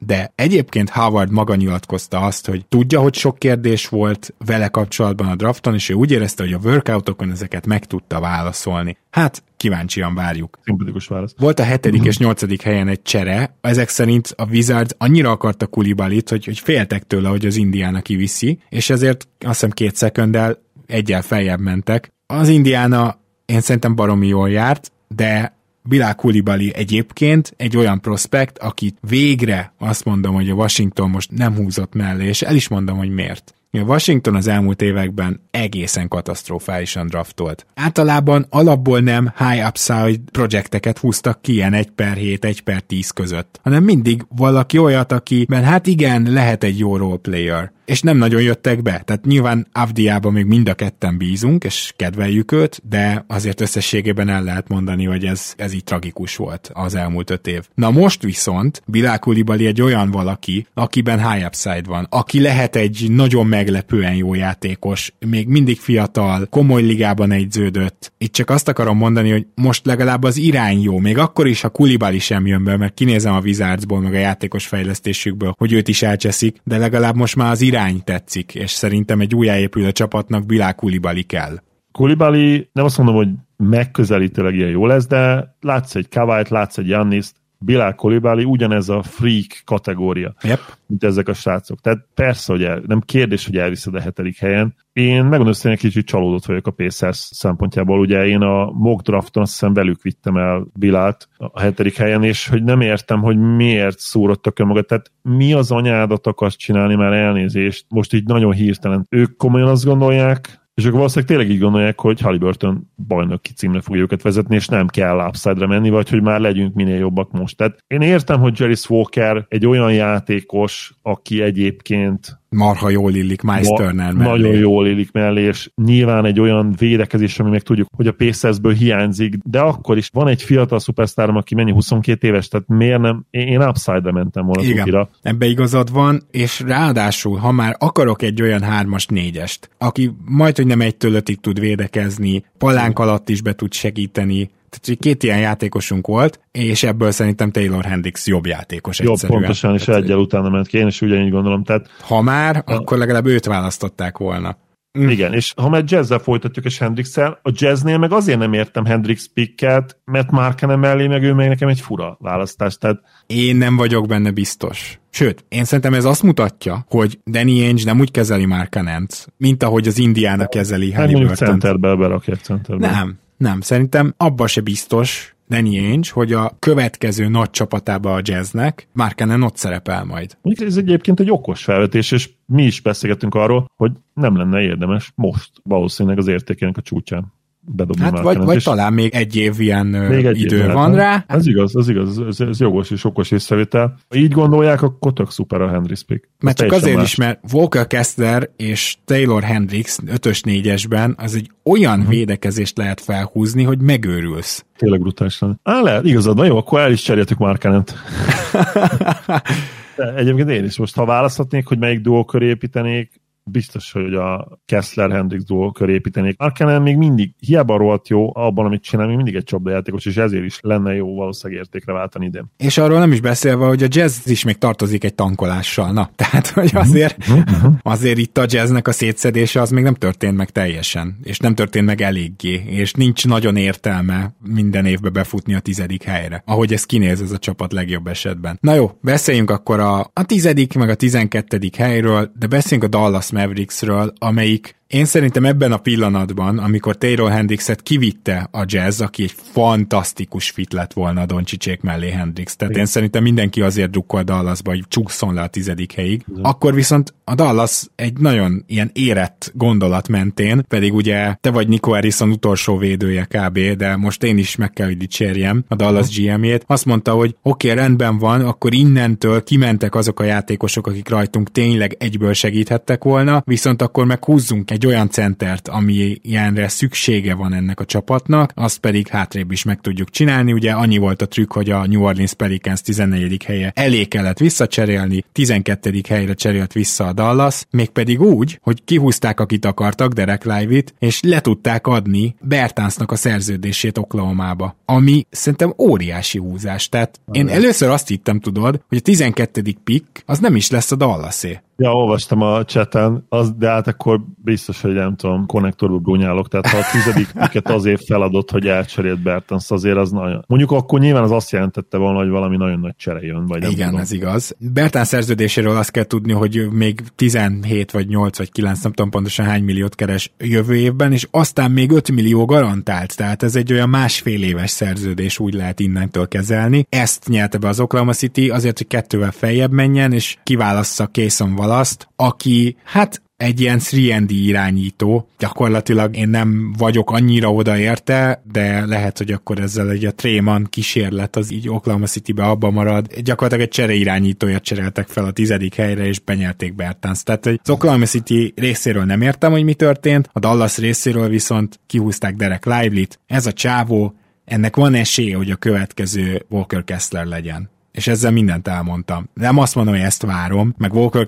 de egyébként Howard maga nyilatkozta azt, hogy tudja, hogy sok kérdés volt vele kapcsolatban a drafton, és ő úgy érezte, hogy a workoutokon ezeket meg tudta válaszolni. Hát, kíváncsian várjuk. Szimpatikus válasz. Volt a 7. és 8. helyen egy csere, ezek szerint a Wizards annyira akarta Coulibalyt, hogy féltek tőle, hogy az Indiana kiviszi, és ezért azt hiszem 2 szekunddel egyel feljebb mentek. Az Indiana én szerintem baromi jól járt, de Bilal Coulibaly egyébként egy olyan prospekt, akit végre azt mondom, hogy a Washington most nem húzott mellé, és el is mondom, hogy miért. A Washington az elmúlt években egészen katasztrofálisan draftolt. Általában alapból nem high upside projekteket húztak ki ilyen 1/7, 1/10 között, hanem mindig valaki olyat, akiben hát igen, lehet egy jó role player. És nem nagyon jöttek be. Tehát nyilván Avdiában még mind a ketten bízunk, és kedveljük őt, de azért összességében el lehet mondani, hogy ez így tragikus volt az elmúlt 5 év. Na most viszont Bilal Coulibaly egy olyan valaki, akiben high upside van, aki lehet egy nagyon meglepően jó játékos, még mindig fiatal, komoly ligában egyződött. Itt csak azt akarom mondani, hogy most legalább az irány jó, még akkor is, ha Coulibaly sem jön be, mert kinézem a Wizardsból, meg a játékos fejlesztésükből, hogy őt is elcseszik, de legalább most már az irány tetszik, és szerintem egy újjáépülő csapatnak Bilal Coulibaly kell. Coulibaly nem azt mondom, hogy megközelítőleg ilyen jó lesz, de látsz egy Kawait, látsz egy Gianniszt, Bilal Coulibaly ugyanez a freak kategória, mint ezek a srácok. Tehát persze, hogy nem kérdés, hogy elviszed a 7. helyen. Én megmondom, hogy egy kicsit csalódott vagyok a Pacers szempontjából. Ugye én a mock drafton azt hiszem velük vittem el Bilalt a 7. helyen, és hogy nem értem, hogy miért szúrottak el magad. Tehát mi az anyádat akarsz csinálni, már elnézést. Most így nagyon hirtelen. Ők komolyan azt gondolják, és ők valószínűleg tényleg így gondolják, hogy Haliburton bajnoki címre fogja őket vezetni, és nem kell upside-ra menni, vagy hogy már legyünk minél jobbak most. Tehát én értem, hogy Jarvis Walker egy olyan játékos, aki egyébként marha jól illik Miles Turner mellé. Nagyon jól illik mellé, és nyilván egy olyan védekezés, ami meg tudjuk, hogy a Pacersből hiányzik, de akkor is van egy fiatal szupersztárom, aki mennyi 22 éves, tehát miért nem? Én upside-ra mentem volna tukira. Ebbe igazad van, és ráadásul, ha már akarok egy olyan 3-as, 4-est, aki majd, hogy nem 1-től 5-ig tud védekezni, palánk alatt is be tud segíteni, tehát 2 ilyen játékosunk volt, és ebből szerintem Taylor Hendricks jobb játékos jobb, egyszerűen. Pontosan, és egyel utána ment ki, én is ugyanígy gondolom. Tehát, ha már, akkor legalább őt választották volna. Igen, és ha már Jazz-zel folytatjuk és Hendricks-el, a Jazznél meg azért nem értem Hendricks picket, mert Markkanen mellé meg ő meg nekem egy fura választás. Tehát... Én nem vagyok benne biztos. Sőt, én szerintem ez azt mutatja, hogy Danny Ainge nem úgy kezeli Markkanent, mint ahogy az Indiana kezeli Haliburton. Centerbe berakják centerbe. Nem, szerintem abba se biztos Danny Ainge, hogy a következő nagy csapatába a Jazznek Markkanen ott szerepel majd. Ez egyébként egy okos felvetés, és mi is beszélgetünk arról, hogy nem lenne érdemes most valószínűleg az értékének a csúcsán bedobni Markkanen. Vagy talán még egy év ilyen idő van rá. Ez igaz, ez jogos és okos észrevétel. Ha így gondolják, akkor tök szuper a Hendricks pick. Mert csak azért is, mert Walker Kessler és Taylor Hendricks 5-ös 4-esben az egy olyan védekezést lehet felhúzni, hogy megőrülsz. Tényleg brutális lenne. Lehet, igazad van, jó, akkor el is cseréltük Markkanent. Egyébként én is most, ha választhatnék, hogy melyik duó köré építenék, biztos, hogy a Kessler-Hendricks duó köré építenék. Markkanen még mindig, hiába rohadt jó abban, amit csinál, még mindig egy csapdajátékos, és ezért is lenne jó valószínűleg értékre váltani idén. És arról nem is beszélve, hogy a Jazz is még tartozik egy tankolással. Na, tehát, hogy azért itt a Jazznek a szétszedése az még nem történt meg teljesen, és nem történt meg eléggé, és nincs nagyon értelme minden évbe befutni a 10. helyre, ahogy ez kinéz ez a csapat legjobb esetben. Na jó, beszéljünk akkor a 10. meg a 12. helyről, de beszéljünk a Dallas Mavericksről, amelyik én szerintem ebben a pillanatban, amikor Taylor Hendrickset kivitte a Jazz, aki egy fantasztikus fit lett volna a Doncsicsék mellé Hendricks. Tehát én szerintem mindenki azért drukkol Dallasba, hogy csúszson le a 10. helyig. Akkor viszont a Dallas egy nagyon ilyen érett gondolat mentén, pedig ugye te vagy Nico Harrison utolsó védője kb., de most én is meg kell, hogy dicsérjem a Dallas GM-jét. Azt mondta, hogy oké, rendben van, akkor innentől kimentek azok a játékosok, akik rajtunk tényleg egyből segíthettek volna, viszont akkor meg húzzunk egy egy olyan centert, ami ilyenre szüksége van ennek a csapatnak, azt pedig hátrébb is meg tudjuk csinálni. Ugye annyi volt a trükk, hogy a New Orleans Pelicans 14. helye elé kellett visszacserélni, 12. helyre cserélt vissza a Dallas, mégpedig úgy, hogy kihúzták, akit akartak, Derek Lively-t, és le tudták adni Bertansnak a szerződését Oklahomába, ami szerintem óriási húzás. Tehát én először azt hittem, tudod, hogy a 12. pick az nem is lesz a Dallasé. Ja, olvastam a chaten, de hát akkor biztos, hogy nem tudom, konnektorból brúnyálok, tehát ha a 10. picket azért feladott, hogy elcserélt Bertans, azért az nagyon... Mondjuk akkor nyilván az azt jelentette volna, hogy valami nagyon nagy csere jön, vagy nem igen, tudom. Ez igaz. Bertans szerződéséről azt kell tudni, hogy még 17 vagy 8 vagy 9, nem tudom pontosan hány milliót keres jövő évben, és aztán még 5 millió garantált, tehát ez egy olyan másfél éves szerződés, úgy lehet innentől kezelni. Ezt nyerte be az Oklahoma City azért, hogy 2-vel feljebb menjen, és kiválassza Cason Wallace-t, aki hát egy ilyen 3&D irányító. Gyakorlatilag én nem vagyok annyira odaérte, de lehet, hogy akkor ezzel egy a Tréman kísérlet az így Oklahoma Citybe abba marad. Gyakorlatilag egy csereirányítóját cseréltek fel a 10. helyre, és benyerték Bertans. Tehát az Oklahoma City részéről nem értem, hogy mi történt, a Dallas részéről viszont kihúzták Derek Lively-t. Ez a csávó, ennek van esélye, hogy a következő Walker Kessler legyen. És ezzel mindent elmondtam. Nem azt mondom, hogy ezt várom, meg Walker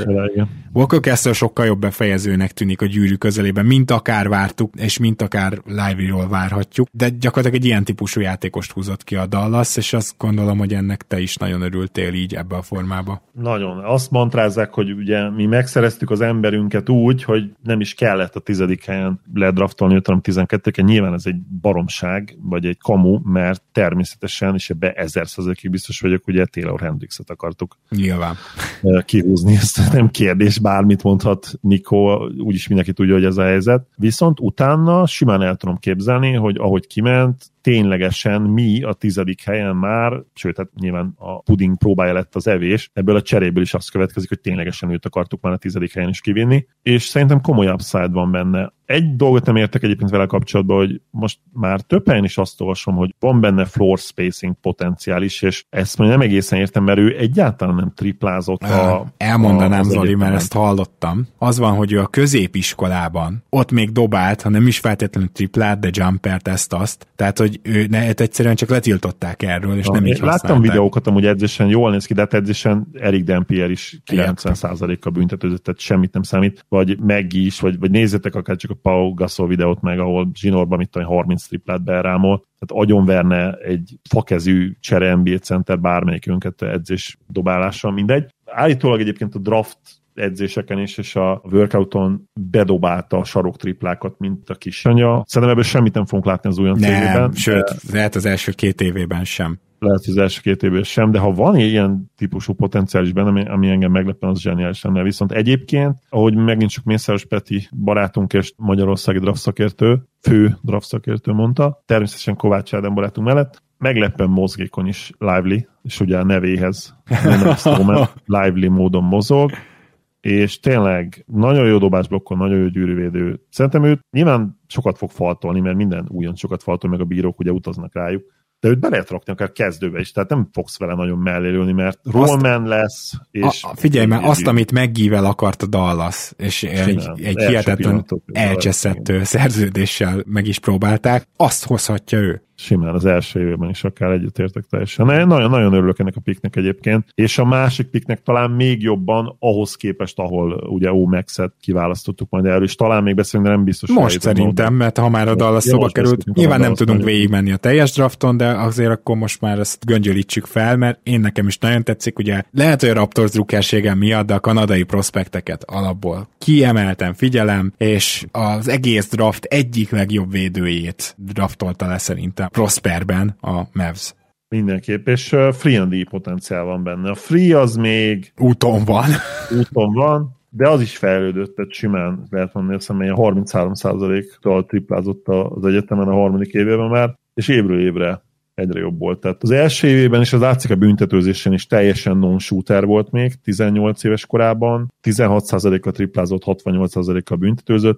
Kessler sokkal jobb befejezőnek tűnik a Gyűrű közelében, mint akár vártuk, és mint akár Lively-ról várhatjuk, de gyakorlatilag egy ilyen típusú játékost húzott ki a Dallas, és azt gondolom, hogy ennek te is nagyon örültél így ebbe a formába. Nagyon. Azt mantrázzák, hogy ugye mi megszereztük az emberünket úgy, hogy nem is kellett a 10. helyen ledraftolni, hanem 12-en. Nyilván ez egy baromság, vagy egy kamu, mert természetesen, és ebbe 1000%-ig biztos vagyok, ugye Taylor Hendrickset akartuk nyilván kihúzni, ezt nem kérdés, bármit mondhat Nico, úgyis mindenki tudja, hogy ez a helyzet. Viszont utána simán el tudom képzelni, hogy ahogy kiment, ténylegesen mi a 10. helyen már, sőt, hát nyilván a puding próbája lett az evés, ebből a cseréből is azt következik, hogy ténylegesen őt akartuk már a 10. helyen is kivinni, és szerintem komoly upside van benne. Egy dolgot nem értek egyébként vele kapcsolatban, hogy most már több helyen is azt olvasom, hogy van benne floor spacing potenciális, és ezt mondja, nem egészen értem, mert ő egyáltalán nem triplázott elmondanám, Zoli, mert ezt hallottam. Az van, hogy ő a középiskolában ott még dobált, ha nem is feltétlenül triplát, de jumpert, ezt-azt. Tehát, hogy ő egyszerűen csak letiltották erről, és nem így használták. Láttam videókat, amúgy edzésen jól néz ki, de hát edzésen Eric Dampier is 90%-kal büntetőzött, tehát semmit nem számít, vagy Maggie is, vagy nézzétek akár csak a Pau Gasol videót meg, ahol zsinórban mit tudom, 30 triplát berámol, tehát agyonverne egy fakezű csere NBA center bármelyikünket edzés dobálással, mindegy. Állítólag egyébként a draft edzéseken is, és a workouton bedobálta a sarok triplákat, mint a kisanya. Szerintem ebből semmit nem fogunk látni az újonc évében. Sőt, lehet az első 2 évében sem. Lehet, hogy az első 2 évben sem, de ha van ilyen típusú potenciális benne, ami engem meglepne, az zseniális lenne. Viszont egyébként, ahogy megint csak Mészáros Peti barátunk és magyarországi draft fő draft szakértő mondta, természetesen Kovács Ádám barátunk mellett, meglepően mozgékony is Lively, és ugye a nevéhez Lively módon mozog, és tényleg nagyon jó dobásblokkon, nagyon jó gyűrűvédő. Szerintem őt nyilván sokat fog faltolni, mert minden újonc sokat faltol, meg a bírók ugye utaznak rájuk, de őt be lehet rakni akár kezdőbe is, tehát nem fogsz vele nagyon mellélülni, mert rollman lesz, és... Figyelj, mert azt, amit McGee-vel akart a Dallas, és egy hihetetlen elcseszettő szerződéssel meg is próbálták, azt hozhatja ő. Simán az első évben is akár egyetértek teljesen. Nagyon örülök ennek a picknek egyébként, és a másik picknek talán még jobban ahhoz képest, ahol ugye Max-et kiválasztottuk majd erről, és talán még beszélünk, de nem biztos. Most szerintem, mert ha már a Dallas szóba került, nyilván nem tudunk végigmenni a teljes drafton, de azért akkor most már ezt göngyölítsük fel, mert én nekem is nagyon tetszik, ugye lehet, hogy a Raptors drukkersége miatt, de a kanadai prospekteket alapból kiemelten figyelem, és az egész draft egyik legjobb védőjét draftolta le szerintem Prosperben a Mavs. Mindenképp, és free and D potenciál van benne. A free az még úton van, de az is fejlődött, tehát simán lehet mondani, azt hiszem, 33%-kal triplázott az egyetemen a harmadik évében már, és évről évre egyre jobb volt. Tehát az első évében is az látszik a büntetőzésen is teljesen non-shooter volt még, 18 éves korában, 16%-kal triplázott, 68%-kal büntetőzött,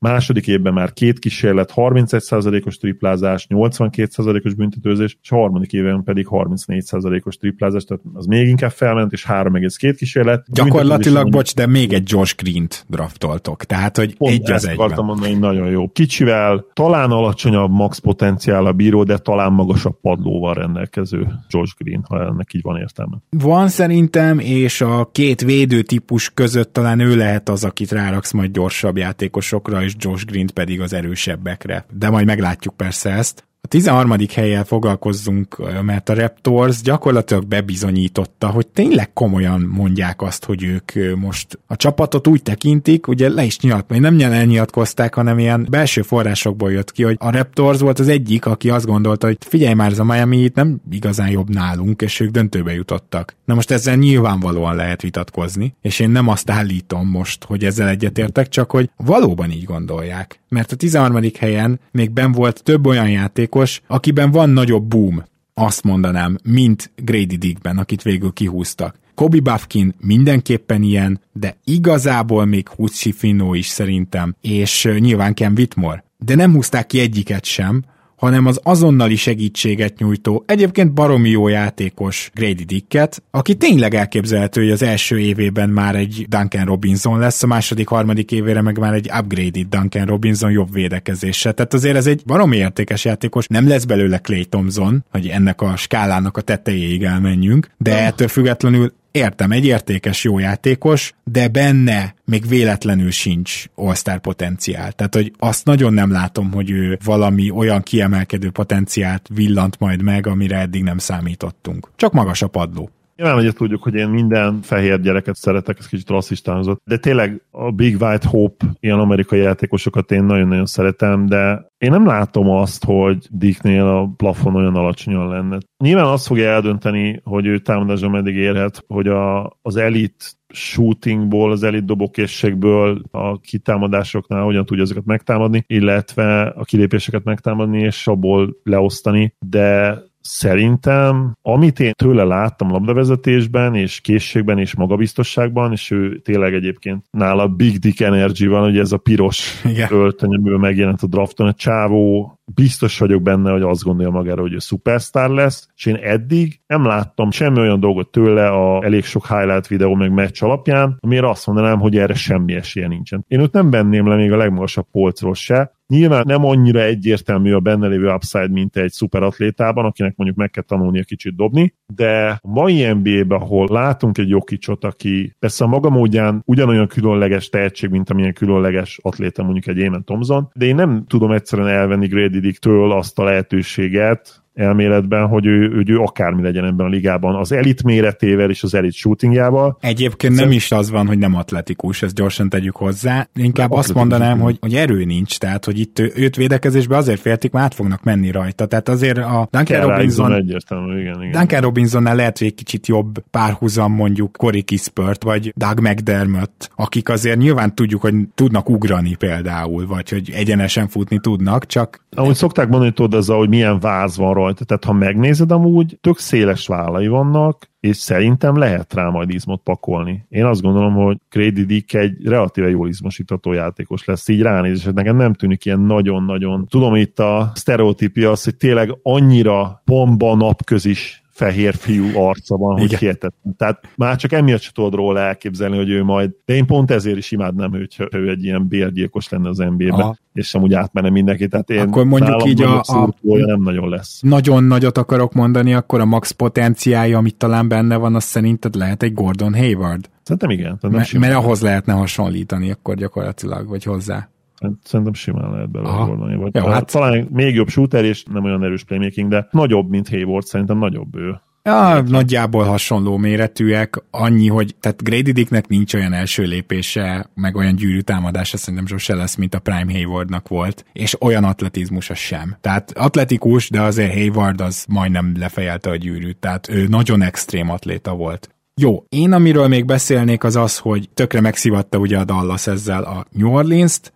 második évben már 2 kísérlet, 31%-os triplázás, 82%-os büntetőzés, és a harmadik évben pedig 34%-os triplázás, tehát az még inkább felment, és 3,2 kísérlet. Gyakorlatilag, bocs, de még egy Josh Greent draftoltok, tehát, hogy pont egy az egyben. Akartam mondani, nagyon jó. Kicsivel, talán alacsonyabb max potenciál a bíró, de talán magasabb padlóval rendelkező Josh Green, ha ennek így van értelme. Van szerintem, és a két védőtípus között talán ő lehet az, akit ráraksz majd gyorsabb játékosokra, és Josh Green pedig az erősebbekre. De majd meglátjuk persze ezt. A 13. hellyel foglalkozzunk, mert a Raptors gyakorlatilag bebizonyította, hogy tényleg komolyan mondják azt, hogy ők most a csapatot úgy tekintik, ugye le is nem elnyilatkozták, hanem ilyen belső forrásokból jött ki, hogy a Raptors volt az egyik, aki azt gondolta, hogy figyelj már, ez a Miami itt nem igazán jobb nálunk, és ők döntőbe jutottak. Na most ezzel nyilvánvalóan lehet vitatkozni, és én nem azt állítom most, hogy ezzel egyetértek, csak hogy valóban így gondolják. Mert a 13. helyen még benn volt több olyan játékos, akiben van nagyobb boom, azt mondanám, mint Grady Dickben, akit végül kihúztak. Kobe Bufkin mindenképpen ilyen, de igazából még Hucci Fino is szerintem, és nyilván Ken Whitmore. De nem húzták ki egyiket sem, hanem az azonnali segítséget nyújtó, egyébként baromi jó játékos Grady Dicket, aki tényleg elképzelhető, hogy az első évében már egy Duncan Robinson lesz, a második, harmadik évére meg már egy upgraded Duncan Robinson jobb védekezése. Tehát azért ez egy baromi értékes játékos, nem lesz belőle Klay Thompson, hogy ennek a skálának a tetejéig elmenjünk, de ettől függetlenül értem, egy értékes jó játékos, de benne még véletlenül sincs all-star potenciál. Tehát, hogy azt nagyon nem látom, hogy ő valami olyan kiemelkedő potenciált villant majd meg, amire eddig nem számítottunk. Csak magas a padló. Nyilván, hogy tudjuk, hogy én minden fehér gyereket szeretek, ez kicsit rasszistánozott, de tényleg a Big White Hope, ilyen amerikai játékosokat én nagyon-nagyon szeretem, de én nem látom azt, hogy Dicknél a plafon olyan alacsonyan lenne. Nyilván azt fogja eldönteni, hogy ő támadásra meddig érhet, hogy az elit shootingból, az elit dobókészségből a kitámadásoknál hogyan tudja ezeket megtámadni, illetve a kilépéseket megtámadni, és abból leosztani, de szerintem, amit én tőle láttam labdavezetésben, és készségben, és magabiztosságban, és ő tényleg egyébként nála Big Dick Energy van, ugye ez a piros öltönyömből megjelent a drafton, a csávó, biztos vagyok benne, hogy azt gondolja magára, hogy ő szupersztár lesz, és én eddig nem láttam semmi olyan dolgot tőle a elég sok highlight videó meg meccs alapján, amire azt mondanám, hogy erre semmi esélye nincsen. Én őt nem venném le még a legmagasabb polcról se. Nyilván nem annyira egyértelmű a benne lévő upside, mint egy szuperatlétában, akinek mondjuk meg kell tanulnia kicsit dobni, de a mai NBA-ben, ahol látunk egy Jokicot, aki persze a maga módján ugyanolyan különleges tehetség, mint amilyen különleges atléta mondjuk egy Amen Thompson, de én nem tudom egyszerűen elvenni Grady Dicktől azt a lehetőséget, elméletben, hogy ő akármi legyen ebben a ligában, az elit méretével és az elit shootingjával. Egyébként nem is az van, hogy nem atletikus, ezt gyorsan tegyük hozzá. Inkább azt mondanám, hogy erő nincs, tehát, hogy itt őt védekezésbe azért féltik, mert át fognak menni rajta. Tehát azért a Duncan Robinson egyértelmű, igen. Duncan Robinsonnál lehet, hogy egy kicsit jobb párhuzam mondjuk Corey Kispert, vagy Doug McDermott, akik azért nyilván tudjuk, hogy tudnak ugrani például, vagy hogy egyenesen futni tudnak, csak... Ahogy szokták mondani, tudod azzal, hogy milyen váz van rajta. Tehát ha megnézed, amúgy tök széles vállai vannak, és szerintem lehet rá majd izmot pakolni. Én azt gondolom, hogy Grady Dick egy relatíve jól izmosítható játékos lesz, így ránézés, hogy nekem nem tűnik ilyen nagyon-nagyon. Tudom, itt a sztereotípia az, hogy tényleg annyira bomba napközis fehér fiú arca van, hogy hihetetlen. Tehát már csak emiatt se tudod róla elképzelni, hogy ő majd, de én pont ezért is imádnám őt, hogy ő egy ilyen bérgyilkos lenne az NBA-ben, és amúgy átmenne mindenki. Tehát én akkor mondjuk így nem nagyon lesz. Nagyon nagyot akarok mondani, akkor a max potenciálja, amit talán benne van, az szerinted lehet egy Gordon Hayward? Szerintem igen. Mert ahhoz lehetne hasonlítani akkor gyakorlatilag, vagy hozzá. Szerintem simán lehet belőle Gordon Hayward. Jó, hát talán még jobb shooter, és nem olyan erős playmaking, de nagyobb, mint Hayward, szerintem nagyobb ő. Ja, nagyjából hasonló méretűek, annyi, hogy tehát Grady Dicknek nincs olyan első lépése, meg olyan gyűrű támadása szerintem sose lesz, mint a Prime Haywardnak volt, és olyan atletizmusa sem. Tehát atletikus, de azért Hayward az majdnem lefejelte a gyűrűt, tehát ő nagyon extrém atléta volt. Jó, én amiről még beszélnék az az, hogy tökre megszivatta ugye a Dallas ezzel a New Orleans-t.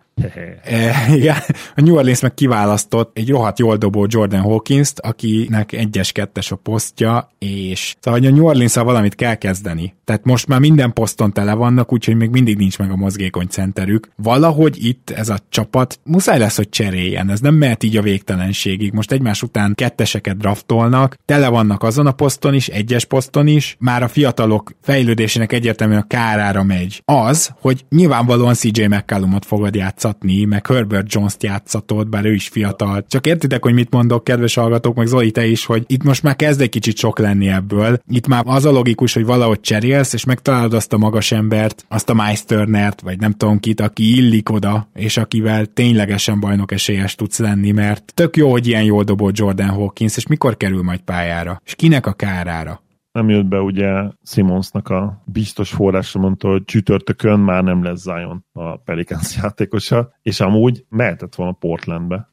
Igen, a New Orleans meg kiválasztott egy rohadt jól dobó Jordan Hawkins-t, akinek 1-2 a posztja, és szóval a New Orleans-szal valamit kell kezdeni. Tehát most már minden poszton tele vannak, úgyhogy még mindig nincs meg a mozgékony centerük. Valahogy itt ez a csapat muszáj lesz, hogy cseréljen. Ez nem mehet így a végtelenségig. Most egymás után ketteseket draftolnak, tele vannak azon a poszton is, egyes poszton is, már a fiatalok fejlődésének egyértelműen a kárára megy. Az, hogy nyilvánvalóan CJ McCollumot fogod játszatni, meg Herbert Jones-t játszatod, bár ő is fiatal. Csak értitek, hogy mit mondok, kedves hallgatók, meg Zoli, te is, hogy itt most már kezd egy kicsit sok lenni ebből. Itt már az a logikus, hogy valahogy cserélsz, és megtalálod azt a magas embert, azt a Miles Turnert, vagy nem tudom kit, aki illik oda, és akivel ténylegesen bajnok esélyes tudsz lenni, mert tök jó, hogy ilyen jól dobott Jordan Hawkins, és mikor kerül majd pályára? És kinek a kárára? Nem jött be ugye Simmonsnak a biztos forrásra, mondta, hogy csütörtökön már nem lesz Zion a Pelicans játékosa, és amúgy mehetett volna Portlandbe.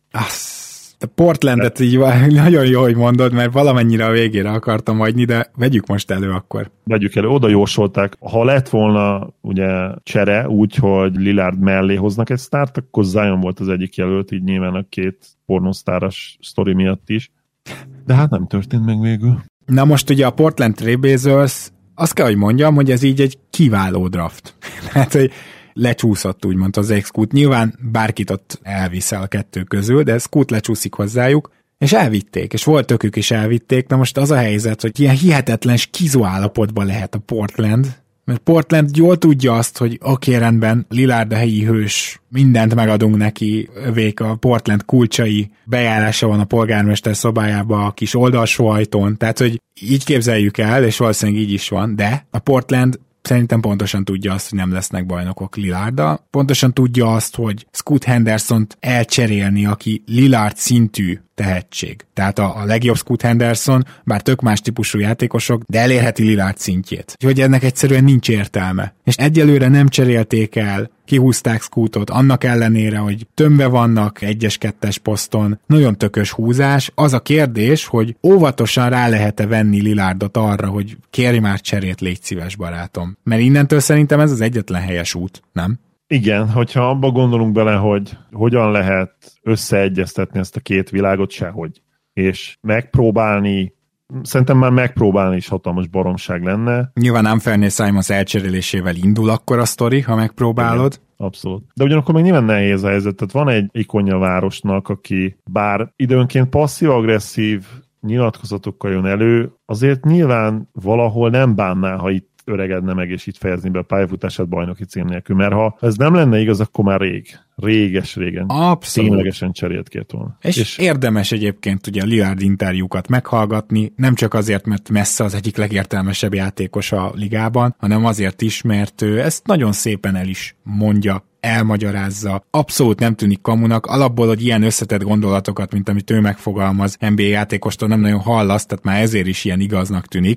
A Portlandet így nagyon jó, hogy mondod, mert valamennyire a végére akartam hagyni, de vegyük most elő akkor. Vegyük elő, oda jósolták. Ha lett volna ugye csere úgy, hogy Lillard mellé hoznak egy sztárt, akkor Zion volt az egyik jelölt, így nyilván a két pornosztáros sztori miatt is. De hát nem történt meg végül. Na most ugye a Portland Trailblazers, azt kell, hogy mondjam, hogy ez így egy kiváló draft. Hát, hogy lecsúszott úgymond az Scoot. Nyilván bárkit ott elviszel a kettő közül, de Scoot lecsúszik hozzájuk, és elvitték, és volt tökük is elvitték. Na most az a helyzet, hogy ilyen hihetetlen skizó állapotban lehet a Portland, mert Portland jól tudja azt, hogy oké, rendben, Lillard a helyi hős, mindent megadunk neki, övék a Portland kulcsai, bejárása van a polgármester szobájába a kis oldalsó ajtón, tehát hogy így képzeljük el, és valószínűleg így is van, de a Portland szerintem pontosan tudja azt, hogy nem lesznek bajnokok Lillarddal. Pontosan tudja azt, hogy Scoot Hendersont elcserélni, aki Lillard szintű tehetség. Tehát a legjobb Scoot Henderson, bár tök más típusú játékosok, de elérheti Lillard szintjét. Úgyhogy ennek egyszerűen nincs értelme. És egyelőre nem cserélték el, kihúzták Scootot, annak ellenére, hogy tömve vannak 1-2 poszton, nagyon tökös húzás. Az a kérdés, hogy óvatosan rá lehet-e venni Lillardot arra, hogy kérj már cserét, légy szíves barátom. Mert innentől szerintem ez az egyetlen helyes út, nem? Igen, hogyha abba gondolunk bele, hogy hogyan lehet összeegyeztetni ezt a két világot, sehogy. És megpróbálni, szerintem már megpróbálni is hatalmas baromság lenne. Nyilván Anthony Simons elcserélésével indul akkor a sztori, ha megpróbálod. Igen, abszolút. De ugyanakkor meg nyilván nehéz a helyzet. Tehát van egy ikonja a városnak, aki bár időnként passzív-agresszív nyilatkozatokkal jön elő, azért nyilván valahol nem bánná, ha itt öregedne meg, és itt fejezni be a pályafutását bajnoki cím nélkül, mert ha ez nem lenne igaz, akkor már réges-régen abszolút ténylegesen cserélt két volna. És érdemes egyébként ugye a Lillard interjúkat meghallgatni, nem csak azért, mert messze az egyik legértelmesebb játékos a ligában, hanem azért is, mert ő ezt nagyon szépen el is mondja, elmagyarázza, abszolút nem tűnik kamunak, alapból, hogy ilyen összetett gondolatokat, mint amit ő megfogalmaz, NBA játékostól nem nagyon hallasz, tehát már ezért is ilyen igaznak tűnik.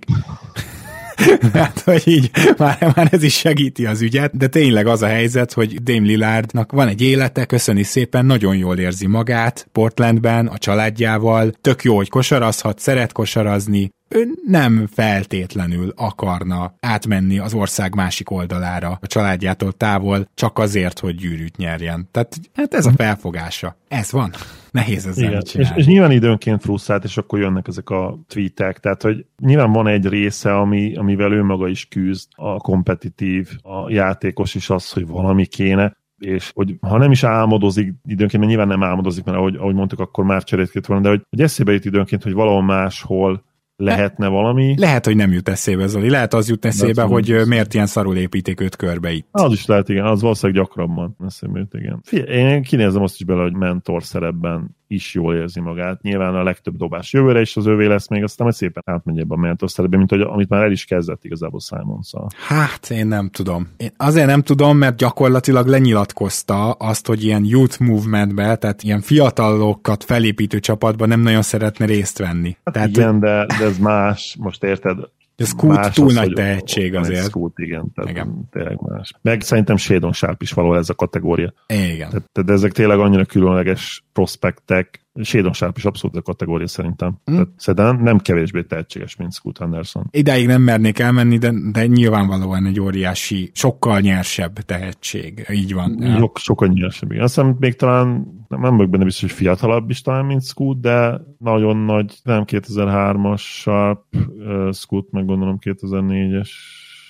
Hát, hogy így már ez is segíti az ügyet, de tényleg az a helyzet, hogy Dame Lillardnak van egy élete, köszöni szépen, nagyon jól érzi magát Portlandben, a családjával, tök jó, hogy kosarazhat, szeret kosarazni, ő nem feltétlenül akarna átmenni az ország másik oldalára, a családjától távol, csak azért, hogy gyűrűt nyerjen. Tehát hát ez a felfogása. Ez van. Nehéz ezzel mit csinálni. És nyilván időnként frusztrált, és akkor jönnek ezek a tweetek, tehát hogy nyilván van egy része, amivel ő maga is küzd, a kompetitív, a játékos is az, hogy valami kéne, és hogy ha nem is álmodozik időnként, mert nyilván nem álmodozik, mert ahogy mondtuk, akkor már cserét volna, de hogy eszébe jut időnként, hogy valahol máshol lehetne valami. Lehet, hogy nem jut eszébe, Zoli. Lehet az jut eszébe, hogy miért ilyen szarul építik őt körbe itt. Az is lehet, igen. Az valószínűleg gyakrabban eszébe jut, igen. Én kinézem azt is bele, hogy mentor szerepben is jól érzi magát. Nyilván a legtöbb dobás jövőre is az övé lesz még, aztán majd szépen átmegy ebbe a mentor szerepbe, mint hogy amit már el is kezdett igazából Simonszal. Hát, én nem tudom. Én azért nem tudom, mert gyakorlatilag lenyilatkozta azt, hogy ilyen youth movementbe, tehát ilyen fiatalokat felépítő csapatban nem nagyon szeretne részt venni. Hát tehát, igen, de ez más, most érted? De Scoot túl nagy tehetség azért. Scoot, igen, tehát igen. Tényleg más. Meg szerintem Shadon Sharp is való ez a kategória. Igen. Tehát ezek tényleg annyira különleges prospektek. Shadon Sharp is abszolút a kategória szerintem. Tehát szerintem nem kevésbé tehetséges, mint Scoot Henderson. Idáig nem mernék elmenni, de nyilvánvalóan egy óriási, sokkal nyersebb tehetség. Így van. Sokkal nyersebb. Igen. Azt hiszem, még talán nem vagyok benne biztos, hogy fiatalabb is talán, mint Scoot, de nagyon nagy, nem 2003-as Sharp, Scoot meg gondolom 2004-es.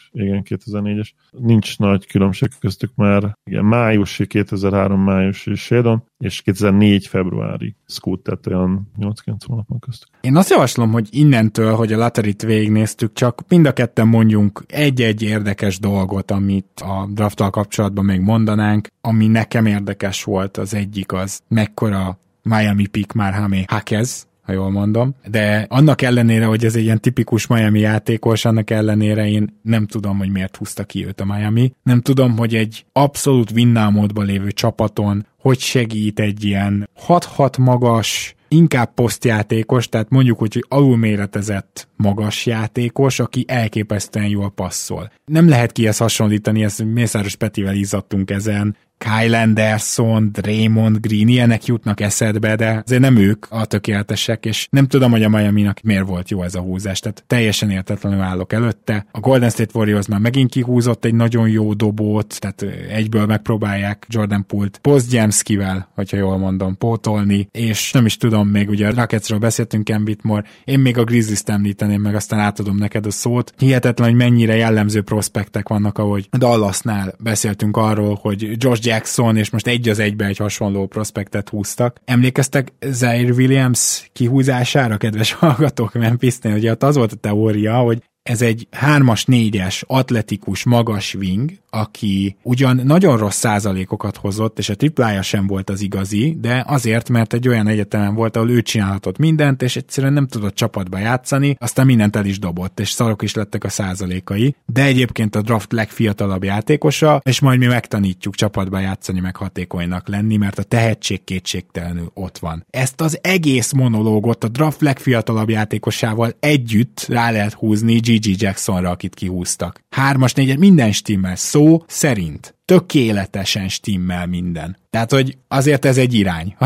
igen, 2004-es. Nincs nagy különbség köztük már. Igen, májusi, 2003 májusi Shadon, és 2004 februári Scoot, tehát olyan 8-9 hónap van köztük. Én azt javaslom, hogy innentől, hogy a lotteryt végignéztük, csak mind a ketten mondjunk egy-egy érdekes dolgot, amit a drafttal kapcsolatban még mondanánk, ami nekem érdekes volt. Az egyik az, mekkora Miami pick Marhame Hakez, ha jól mondom, de annak ellenére, hogy ez egy ilyen tipikus Miami játékos, annak ellenére én nem tudom, hogy miért húzta ki őt a Miami. Nem tudom, hogy egy abszolút win-now módban lévő csapaton hogy segít egy ilyen 6-6 magas, inkább posztjátékos, tehát mondjuk, hogy alulméretezett magas játékos, aki elképesztően jól passzol. Nem lehet kihez hasonlítani, ezt Mészáros Petivel izzadtunk ezen, Kyle Anderson, Draymond Green, ilyenek jutnak eszedbe, de azért nem ők a tökéletesek, és nem tudom, hogy a Miaminak miért volt jó ez a húzás, tehát teljesen értetlenül állok előtte. A Golden State Warriors már megint kihúzott egy nagyon jó dobót, tehát egyből megpróbálják Jordan Poole-t Podziemskivel, hogyha jól mondom, pótolni, és nem is tudom, még ugye a Rocketsről beszéltünk Embiid-mor, én még a Grizzlies-t említeném meg, aztán átadom neked a szót. Hihetetlen, hogy mennyire jellemző prospektek vannak, ahogy Dallasnál beszéltünk arról, hogy Josh Jackson, és most egy az egybe egy hasonló prospektet húztak. Emlékeztek Zaire Williams kihúzására, kedves hallgatók, Memphisnél? Ugye ott az volt a teória, hogy ez egy 3-as, 4-es, atletikus, magas wing, aki ugyan nagyon rossz százalékokat hozott, és a triplája sem volt az igazi, de azért, mert egy olyan egyetemen volt, ahol ő csinálhatott mindent, és egyszerűen nem tudott csapatba játszani, aztán mindent el is dobott, és szarok is lettek a százalékai, de egyébként a draft legfiatalabb játékosa, és majd mi megtanítjuk csapatba játszani, meg hatékonynak lenni, mert a tehetség kétségtelenül ott van. Ezt az egész monológot a draft legfiatalabb játékosával együtt rá lehet húzni G.G. Jacksonra, akit kihúztak. 3-as, 4-es, minden stimmel, szó szerint. Tökéletesen stimmel minden. Tehát, hogy azért ez egy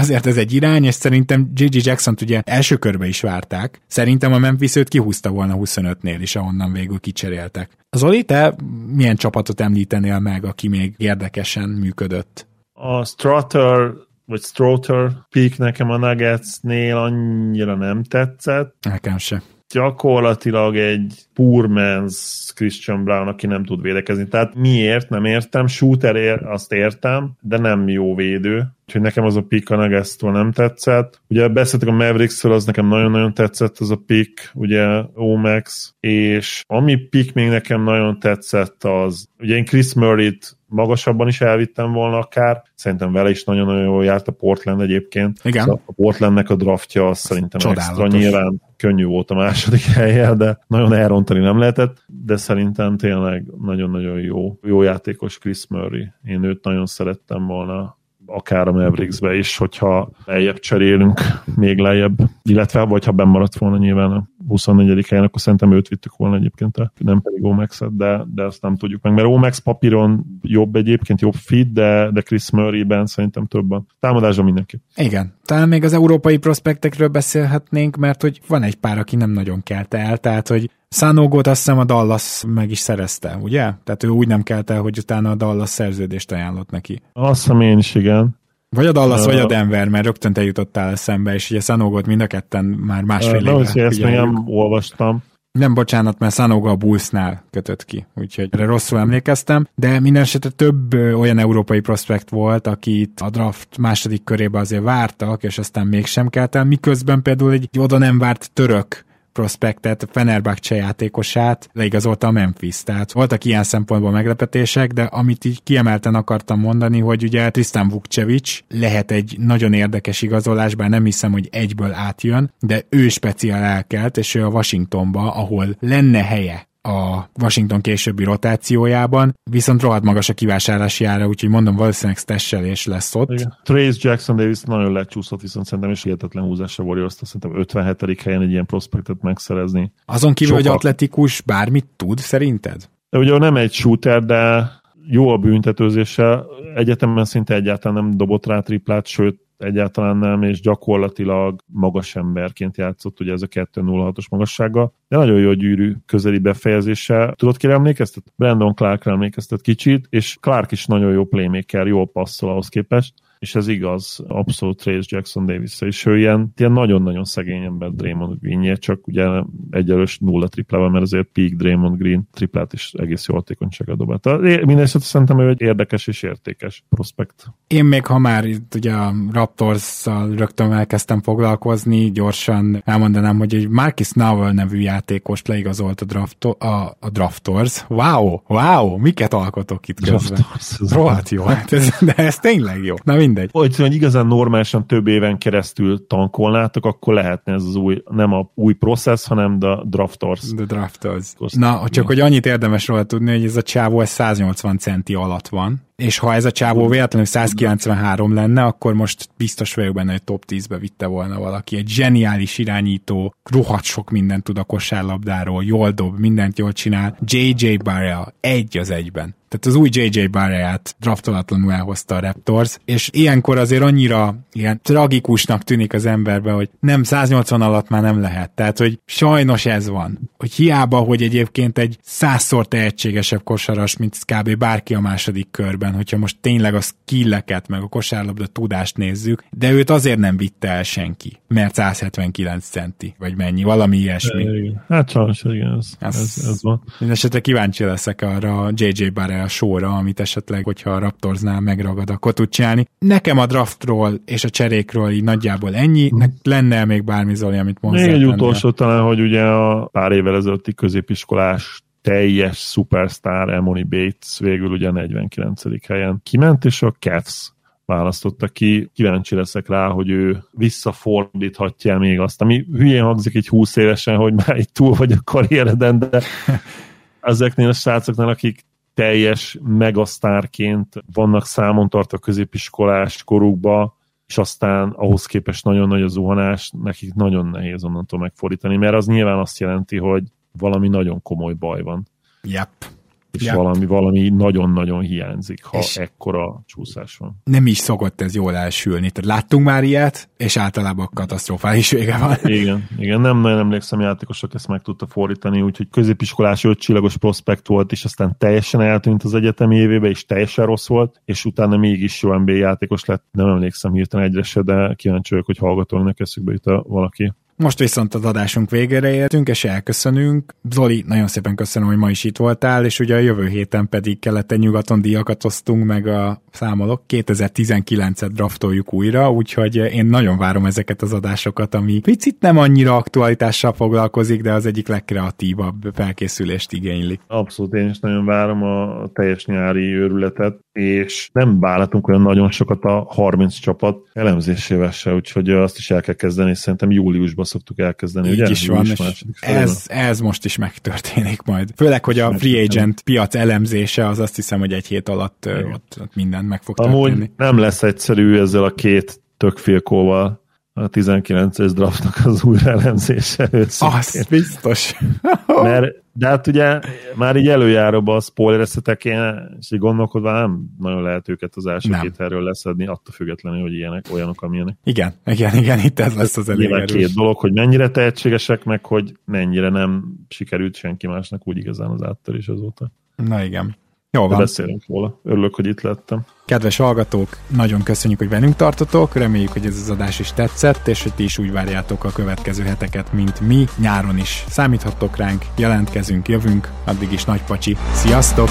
irány, és szerintem G.G. Jackson-t ugye első körbe is várták. Szerintem a Memphis őt kihúzta volna 25-nél is, ahonnan végül kicseréltek. Zoli, te milyen csapatot említenél meg, aki még érdekesen működött? A Strother pick nekem a Nuggetsnél annyira nem tetszett. Nekem se. Gyakorlatilag egy poor man's Christian Brown, aki nem tud védekezni. Tehát miért? Nem értem. Shooter azt értem, de nem jó védő. Úgyhogy nekem az a pick a Nuggets-től nem tetszett. Ugye beszéltek a Mavericksről, az nekem nagyon-nagyon tetszett az a pick, ugye Omax, és ami pick még nekem nagyon tetszett az, ugye én Chris Murray-t magasabban is elvittem volna akár, szerintem vele is nagyon-nagyon jól járt a Portland egyébként. Igen. Szóval a Portlandnek a draftja az szerintem csodálatos. Extra, nyilván könnyű volt a második helyen, de nagyon elrontani nem lehetett, de szerintem tényleg nagyon-nagyon jó játékos Chris Murray. Én őt nagyon szerettem volna akár a Mavericksbe is, hogyha lejjebb cserélünk, még lejjebb, illetve vagy ha benn maradt volna nyilván a 24. helyen, akkor szerintem őt vittük volna egyébként, nem pedig Omax-et, de azt nem tudjuk meg, mert Omax papíron jobb egyébként, jobb fit, de Chris Murray-ben szerintem többen. Támadásban mindenki. Igen. Talán még az európai prospektekről beszélhetnénk, mert hogy van egy pár, aki nem nagyon kelt el, tehát hogy Sanogot azt hiszem a Dallas meg is szerezte, ugye? Tehát ő úgy nem kelt el, hogy utána a Dallas szerződést ajánlott neki. Azt hiszem én is, igen. Vagy a Dallas, vagy a Denver, mert rögtön te jutottál eszembe, és ugye Sanogot mind a ketten már másfél éve. Ezt még nem olvastam. Nem, bocsánat, mert Sanogo a Bullsnál kötött ki, úgyhogy erre rosszul emlékeztem, de minden esetre több olyan európai prospekt volt, akit a draft második körébe azért vártak, és aztán mégsem kelt el, miközben például egy oda nem várt török prospektet, Fenerbahce játékosát leigazolta a Memphis. Tehát voltak ilyen szempontból meglepetések, de amit így kiemelten akartam mondani, hogy ugye Tristan Vukcevic lehet egy nagyon érdekes igazolás, bár nem hiszem, hogy egyből átjön, de ő speciál elkelt, és ő a Washingtonba, ahol lenne helye a Washington későbbi rotációjában, viszont rohadt magas a kivásárlási ára, úgyhogy mondom, valószínűleg stesselés lesz ott. Igen. Trace Jackson Davis nagyon lecsúszott, viszont szerintem is hihetetlen húzásra Warriors-t, szerintem 57. helyen egy ilyen prospektet megszerezni. Azon kívül, hogy atletikus, bármit tud, szerinted? De ugye nem egy shooter, de jó a büntetőzése. Egyetemen szinte egyáltalán nem dobott rá triplát, sőt, egyáltalán nem, és gyakorlatilag magas emberként játszott, ugye ez a 2.06-os magassága, de nagyon jó gyűrű közeli befejezése. Tudod, kire emlékeztet? Brandon Clarkra emlékeztet kicsit, és Clark is nagyon jó playmaker, jól passzol ahhoz képest. és ez igaz, abszolút Trayce Jackson-Davis-re is, ő ilyen nagyon-nagyon szegény ember Draymond Green-je, csak ugye egyelős 0 triplával, mert azért peak Draymond Green triplát is egész jó hatékonysággal dobálta. Mindenesetre szerintem ő egy érdekes és értékes prospekt. Én még, ha már itt ugye a Raptors-szal rögtön elkezdtem foglalkozni, gyorsan elmondanám, hogy egy Marcus Nowell nevű játékost leigazolt a Draftors. Wow, miket alkotok itt közben? Rohadt jó, de ez tényleg jó. Na mindegy. Hogy igazán normálisan több éven keresztül tankolnátok, akkor lehetne ez az új, nem a új process, hanem a Draftors. The Draftors. Na, csak hogy annyit érdemes róla tudni, hogy ez a csávó 180 centi alatt van, és ha ez a csávó véletlenül 193 lenne, akkor most biztos vagyok benne, hogy top 10-be vitte volna valaki. Egy zseniális irányító, rohadt sok mindent tud a kosárlabdáról, jól dob, mindent jól csinál. J.J. Barea 1-1-ben. Tehát az új J.J. Barea-t draftolatlanul elhozta a Raptors, és ilyenkor azért annyira ilyen tragikusnak tűnik az emberbe, hogy nem 180 alatt már nem lehet. Tehát, hogy sajnos ez van. Hogy hiába, hogy egyébként egy 100-szor tehetségesebb kosaras, mint kb. Bárki a második körben, hogyha most tényleg a skilleket, meg a kosárlabda tudást nézzük, de őt azért nem vitte el senki, mert 179 centi, vagy mennyi, valami ilyesmi. Hát sajnos, igen, ez van. Mindenesetre kíváncsi leszek arra a J.J. Barea a sorra, amit esetleg, hogyha a Raptorsnál megragad, akkor tud csinálni. Nekem a draftról és a cserékről így nagyjából ennyi, lenne még bármi, Zoli, amit mondsz? Még egy utolsó talán, hogy ugye a pár évvel ezelőtti középiskolás teljes szupersztár Emoni Bates végül ugye 49. helyen kiment, és a Cavs választotta ki. Kíváncsi leszek rá, hogy ő visszafordíthatja még azt, ami hülyén hangzik egy 20 évesen, hogy már így túl vagy a karriereden, de ezeknél a srácoknál, akik teljes megasztárként vannak számon tartva középiskolás korukba, és aztán ahhoz képest nagyon nagy a zuhanás, nekik nagyon nehéz onnantól megfordítani, mert az nyilván azt jelenti, hogy valami nagyon komoly baj van. Yep. És valami nagyon-nagyon hiányzik, ha ekkora csúszás van. Nem is szokott ez jól elsülni. Tehát láttunk már ilyet, és általában katasztrofális vége van. Igen, nem nagyon emlékszem, játékosok ezt meg tudta fordítani, úgyhogy középiskolás 5 csillagos prospekt volt, és aztán teljesen eltűnt az egyetemi évébe, és teljesen rossz volt, és utána mégis jó NBA játékos lett. Nem emlékszem hirtelen egyre se, de kíváncsi vagyok, hogy hallgatóinak eszükbe jut valaki. Most viszont az adásunk végére értünk, és elköszönünk. Zoli, nagyon szépen köszönöm, hogy ma is itt voltál, és ugye a jövő héten pedig keleten-nyugaton díjakat osztunk, meg a számolok, 2019-et draftoljuk újra, úgyhogy én nagyon várom ezeket az adásokat, ami picit nem annyira aktualitással foglalkozik, de az egyik legkreatívabb felkészülést igényli. Abszolút, én is nagyon várom a teljes nyári őrületet, és nem várhatunk olyan nagyon sokat a 30 csapat elemzésével se, úgyhogy azt is el kell kezdeni, szerintem júliusban szoktuk elkezdeni. Így ugye? is van, és ez most is megtörténik majd. Főleg, hogy a free agent piac elemzése, az azt hiszem, hogy egy hét alatt ott mindent meg fog történni. Amúgy nem lesz egyszerű ezzel a két tökfilkóval a 19-es draftnak az újra elemzése. Az biztos. De hát ugye már így előjáróban a spoilereztetek, és így gondolkodva nem nagyon lehet őket az első két helyről leszedni, attól függetlenül, hogy ilyenek, olyanok, amilyenek. Igen, itt ez lesz az elég erős. Két dolog, hogy mennyire tehetségesek, meg hogy mennyire nem sikerült senki másnak úgy igazán az áttörés azóta. Na igen. Jó van. Beszélünk róla. Örülök, hogy itt lettem. Kedves hallgatók, nagyon köszönjük, hogy velünk tartotok, reméljük, hogy ez az adás is tetszett, és hogy ti is úgy várjátok a következő heteket, mint mi. Nyáron is számíthattok ránk, jelentkezünk, jövünk, addig is nagy pacsi. Sziasztok!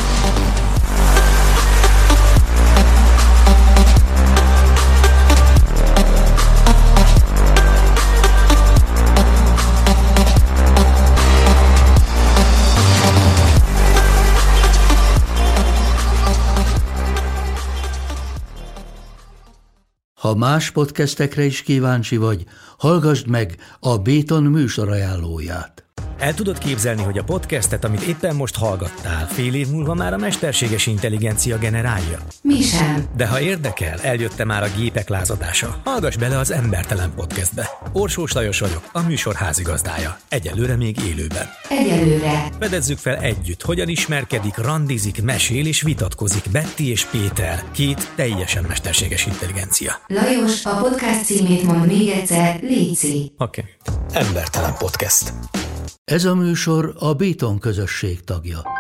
Ha más podcastekre is kíváncsi vagy, hallgassd meg a Béton műsor ajánlóját. El tudod képzelni, hogy a podcastet, amit éppen most hallgattál, fél év múlva már a mesterséges intelligencia generálja? Mi sem. De ha érdekel, eljött már a gépek lázadása. Hallgass bele az Embertelen Podcastbe. Orsós Lajos vagyok, a műsor házigazdája. Egyelőre még élőben. Egyelőre. Fedezzük fel együtt, hogyan ismerkedik, randizik, mesél és vitatkozik Betty és Péter, két teljesen mesterséges intelligencia. Lajos, a podcast címét mond még egyszer, léci. Oké. Embertelen Podcast. Ez a műsor a Béton közösség tagja.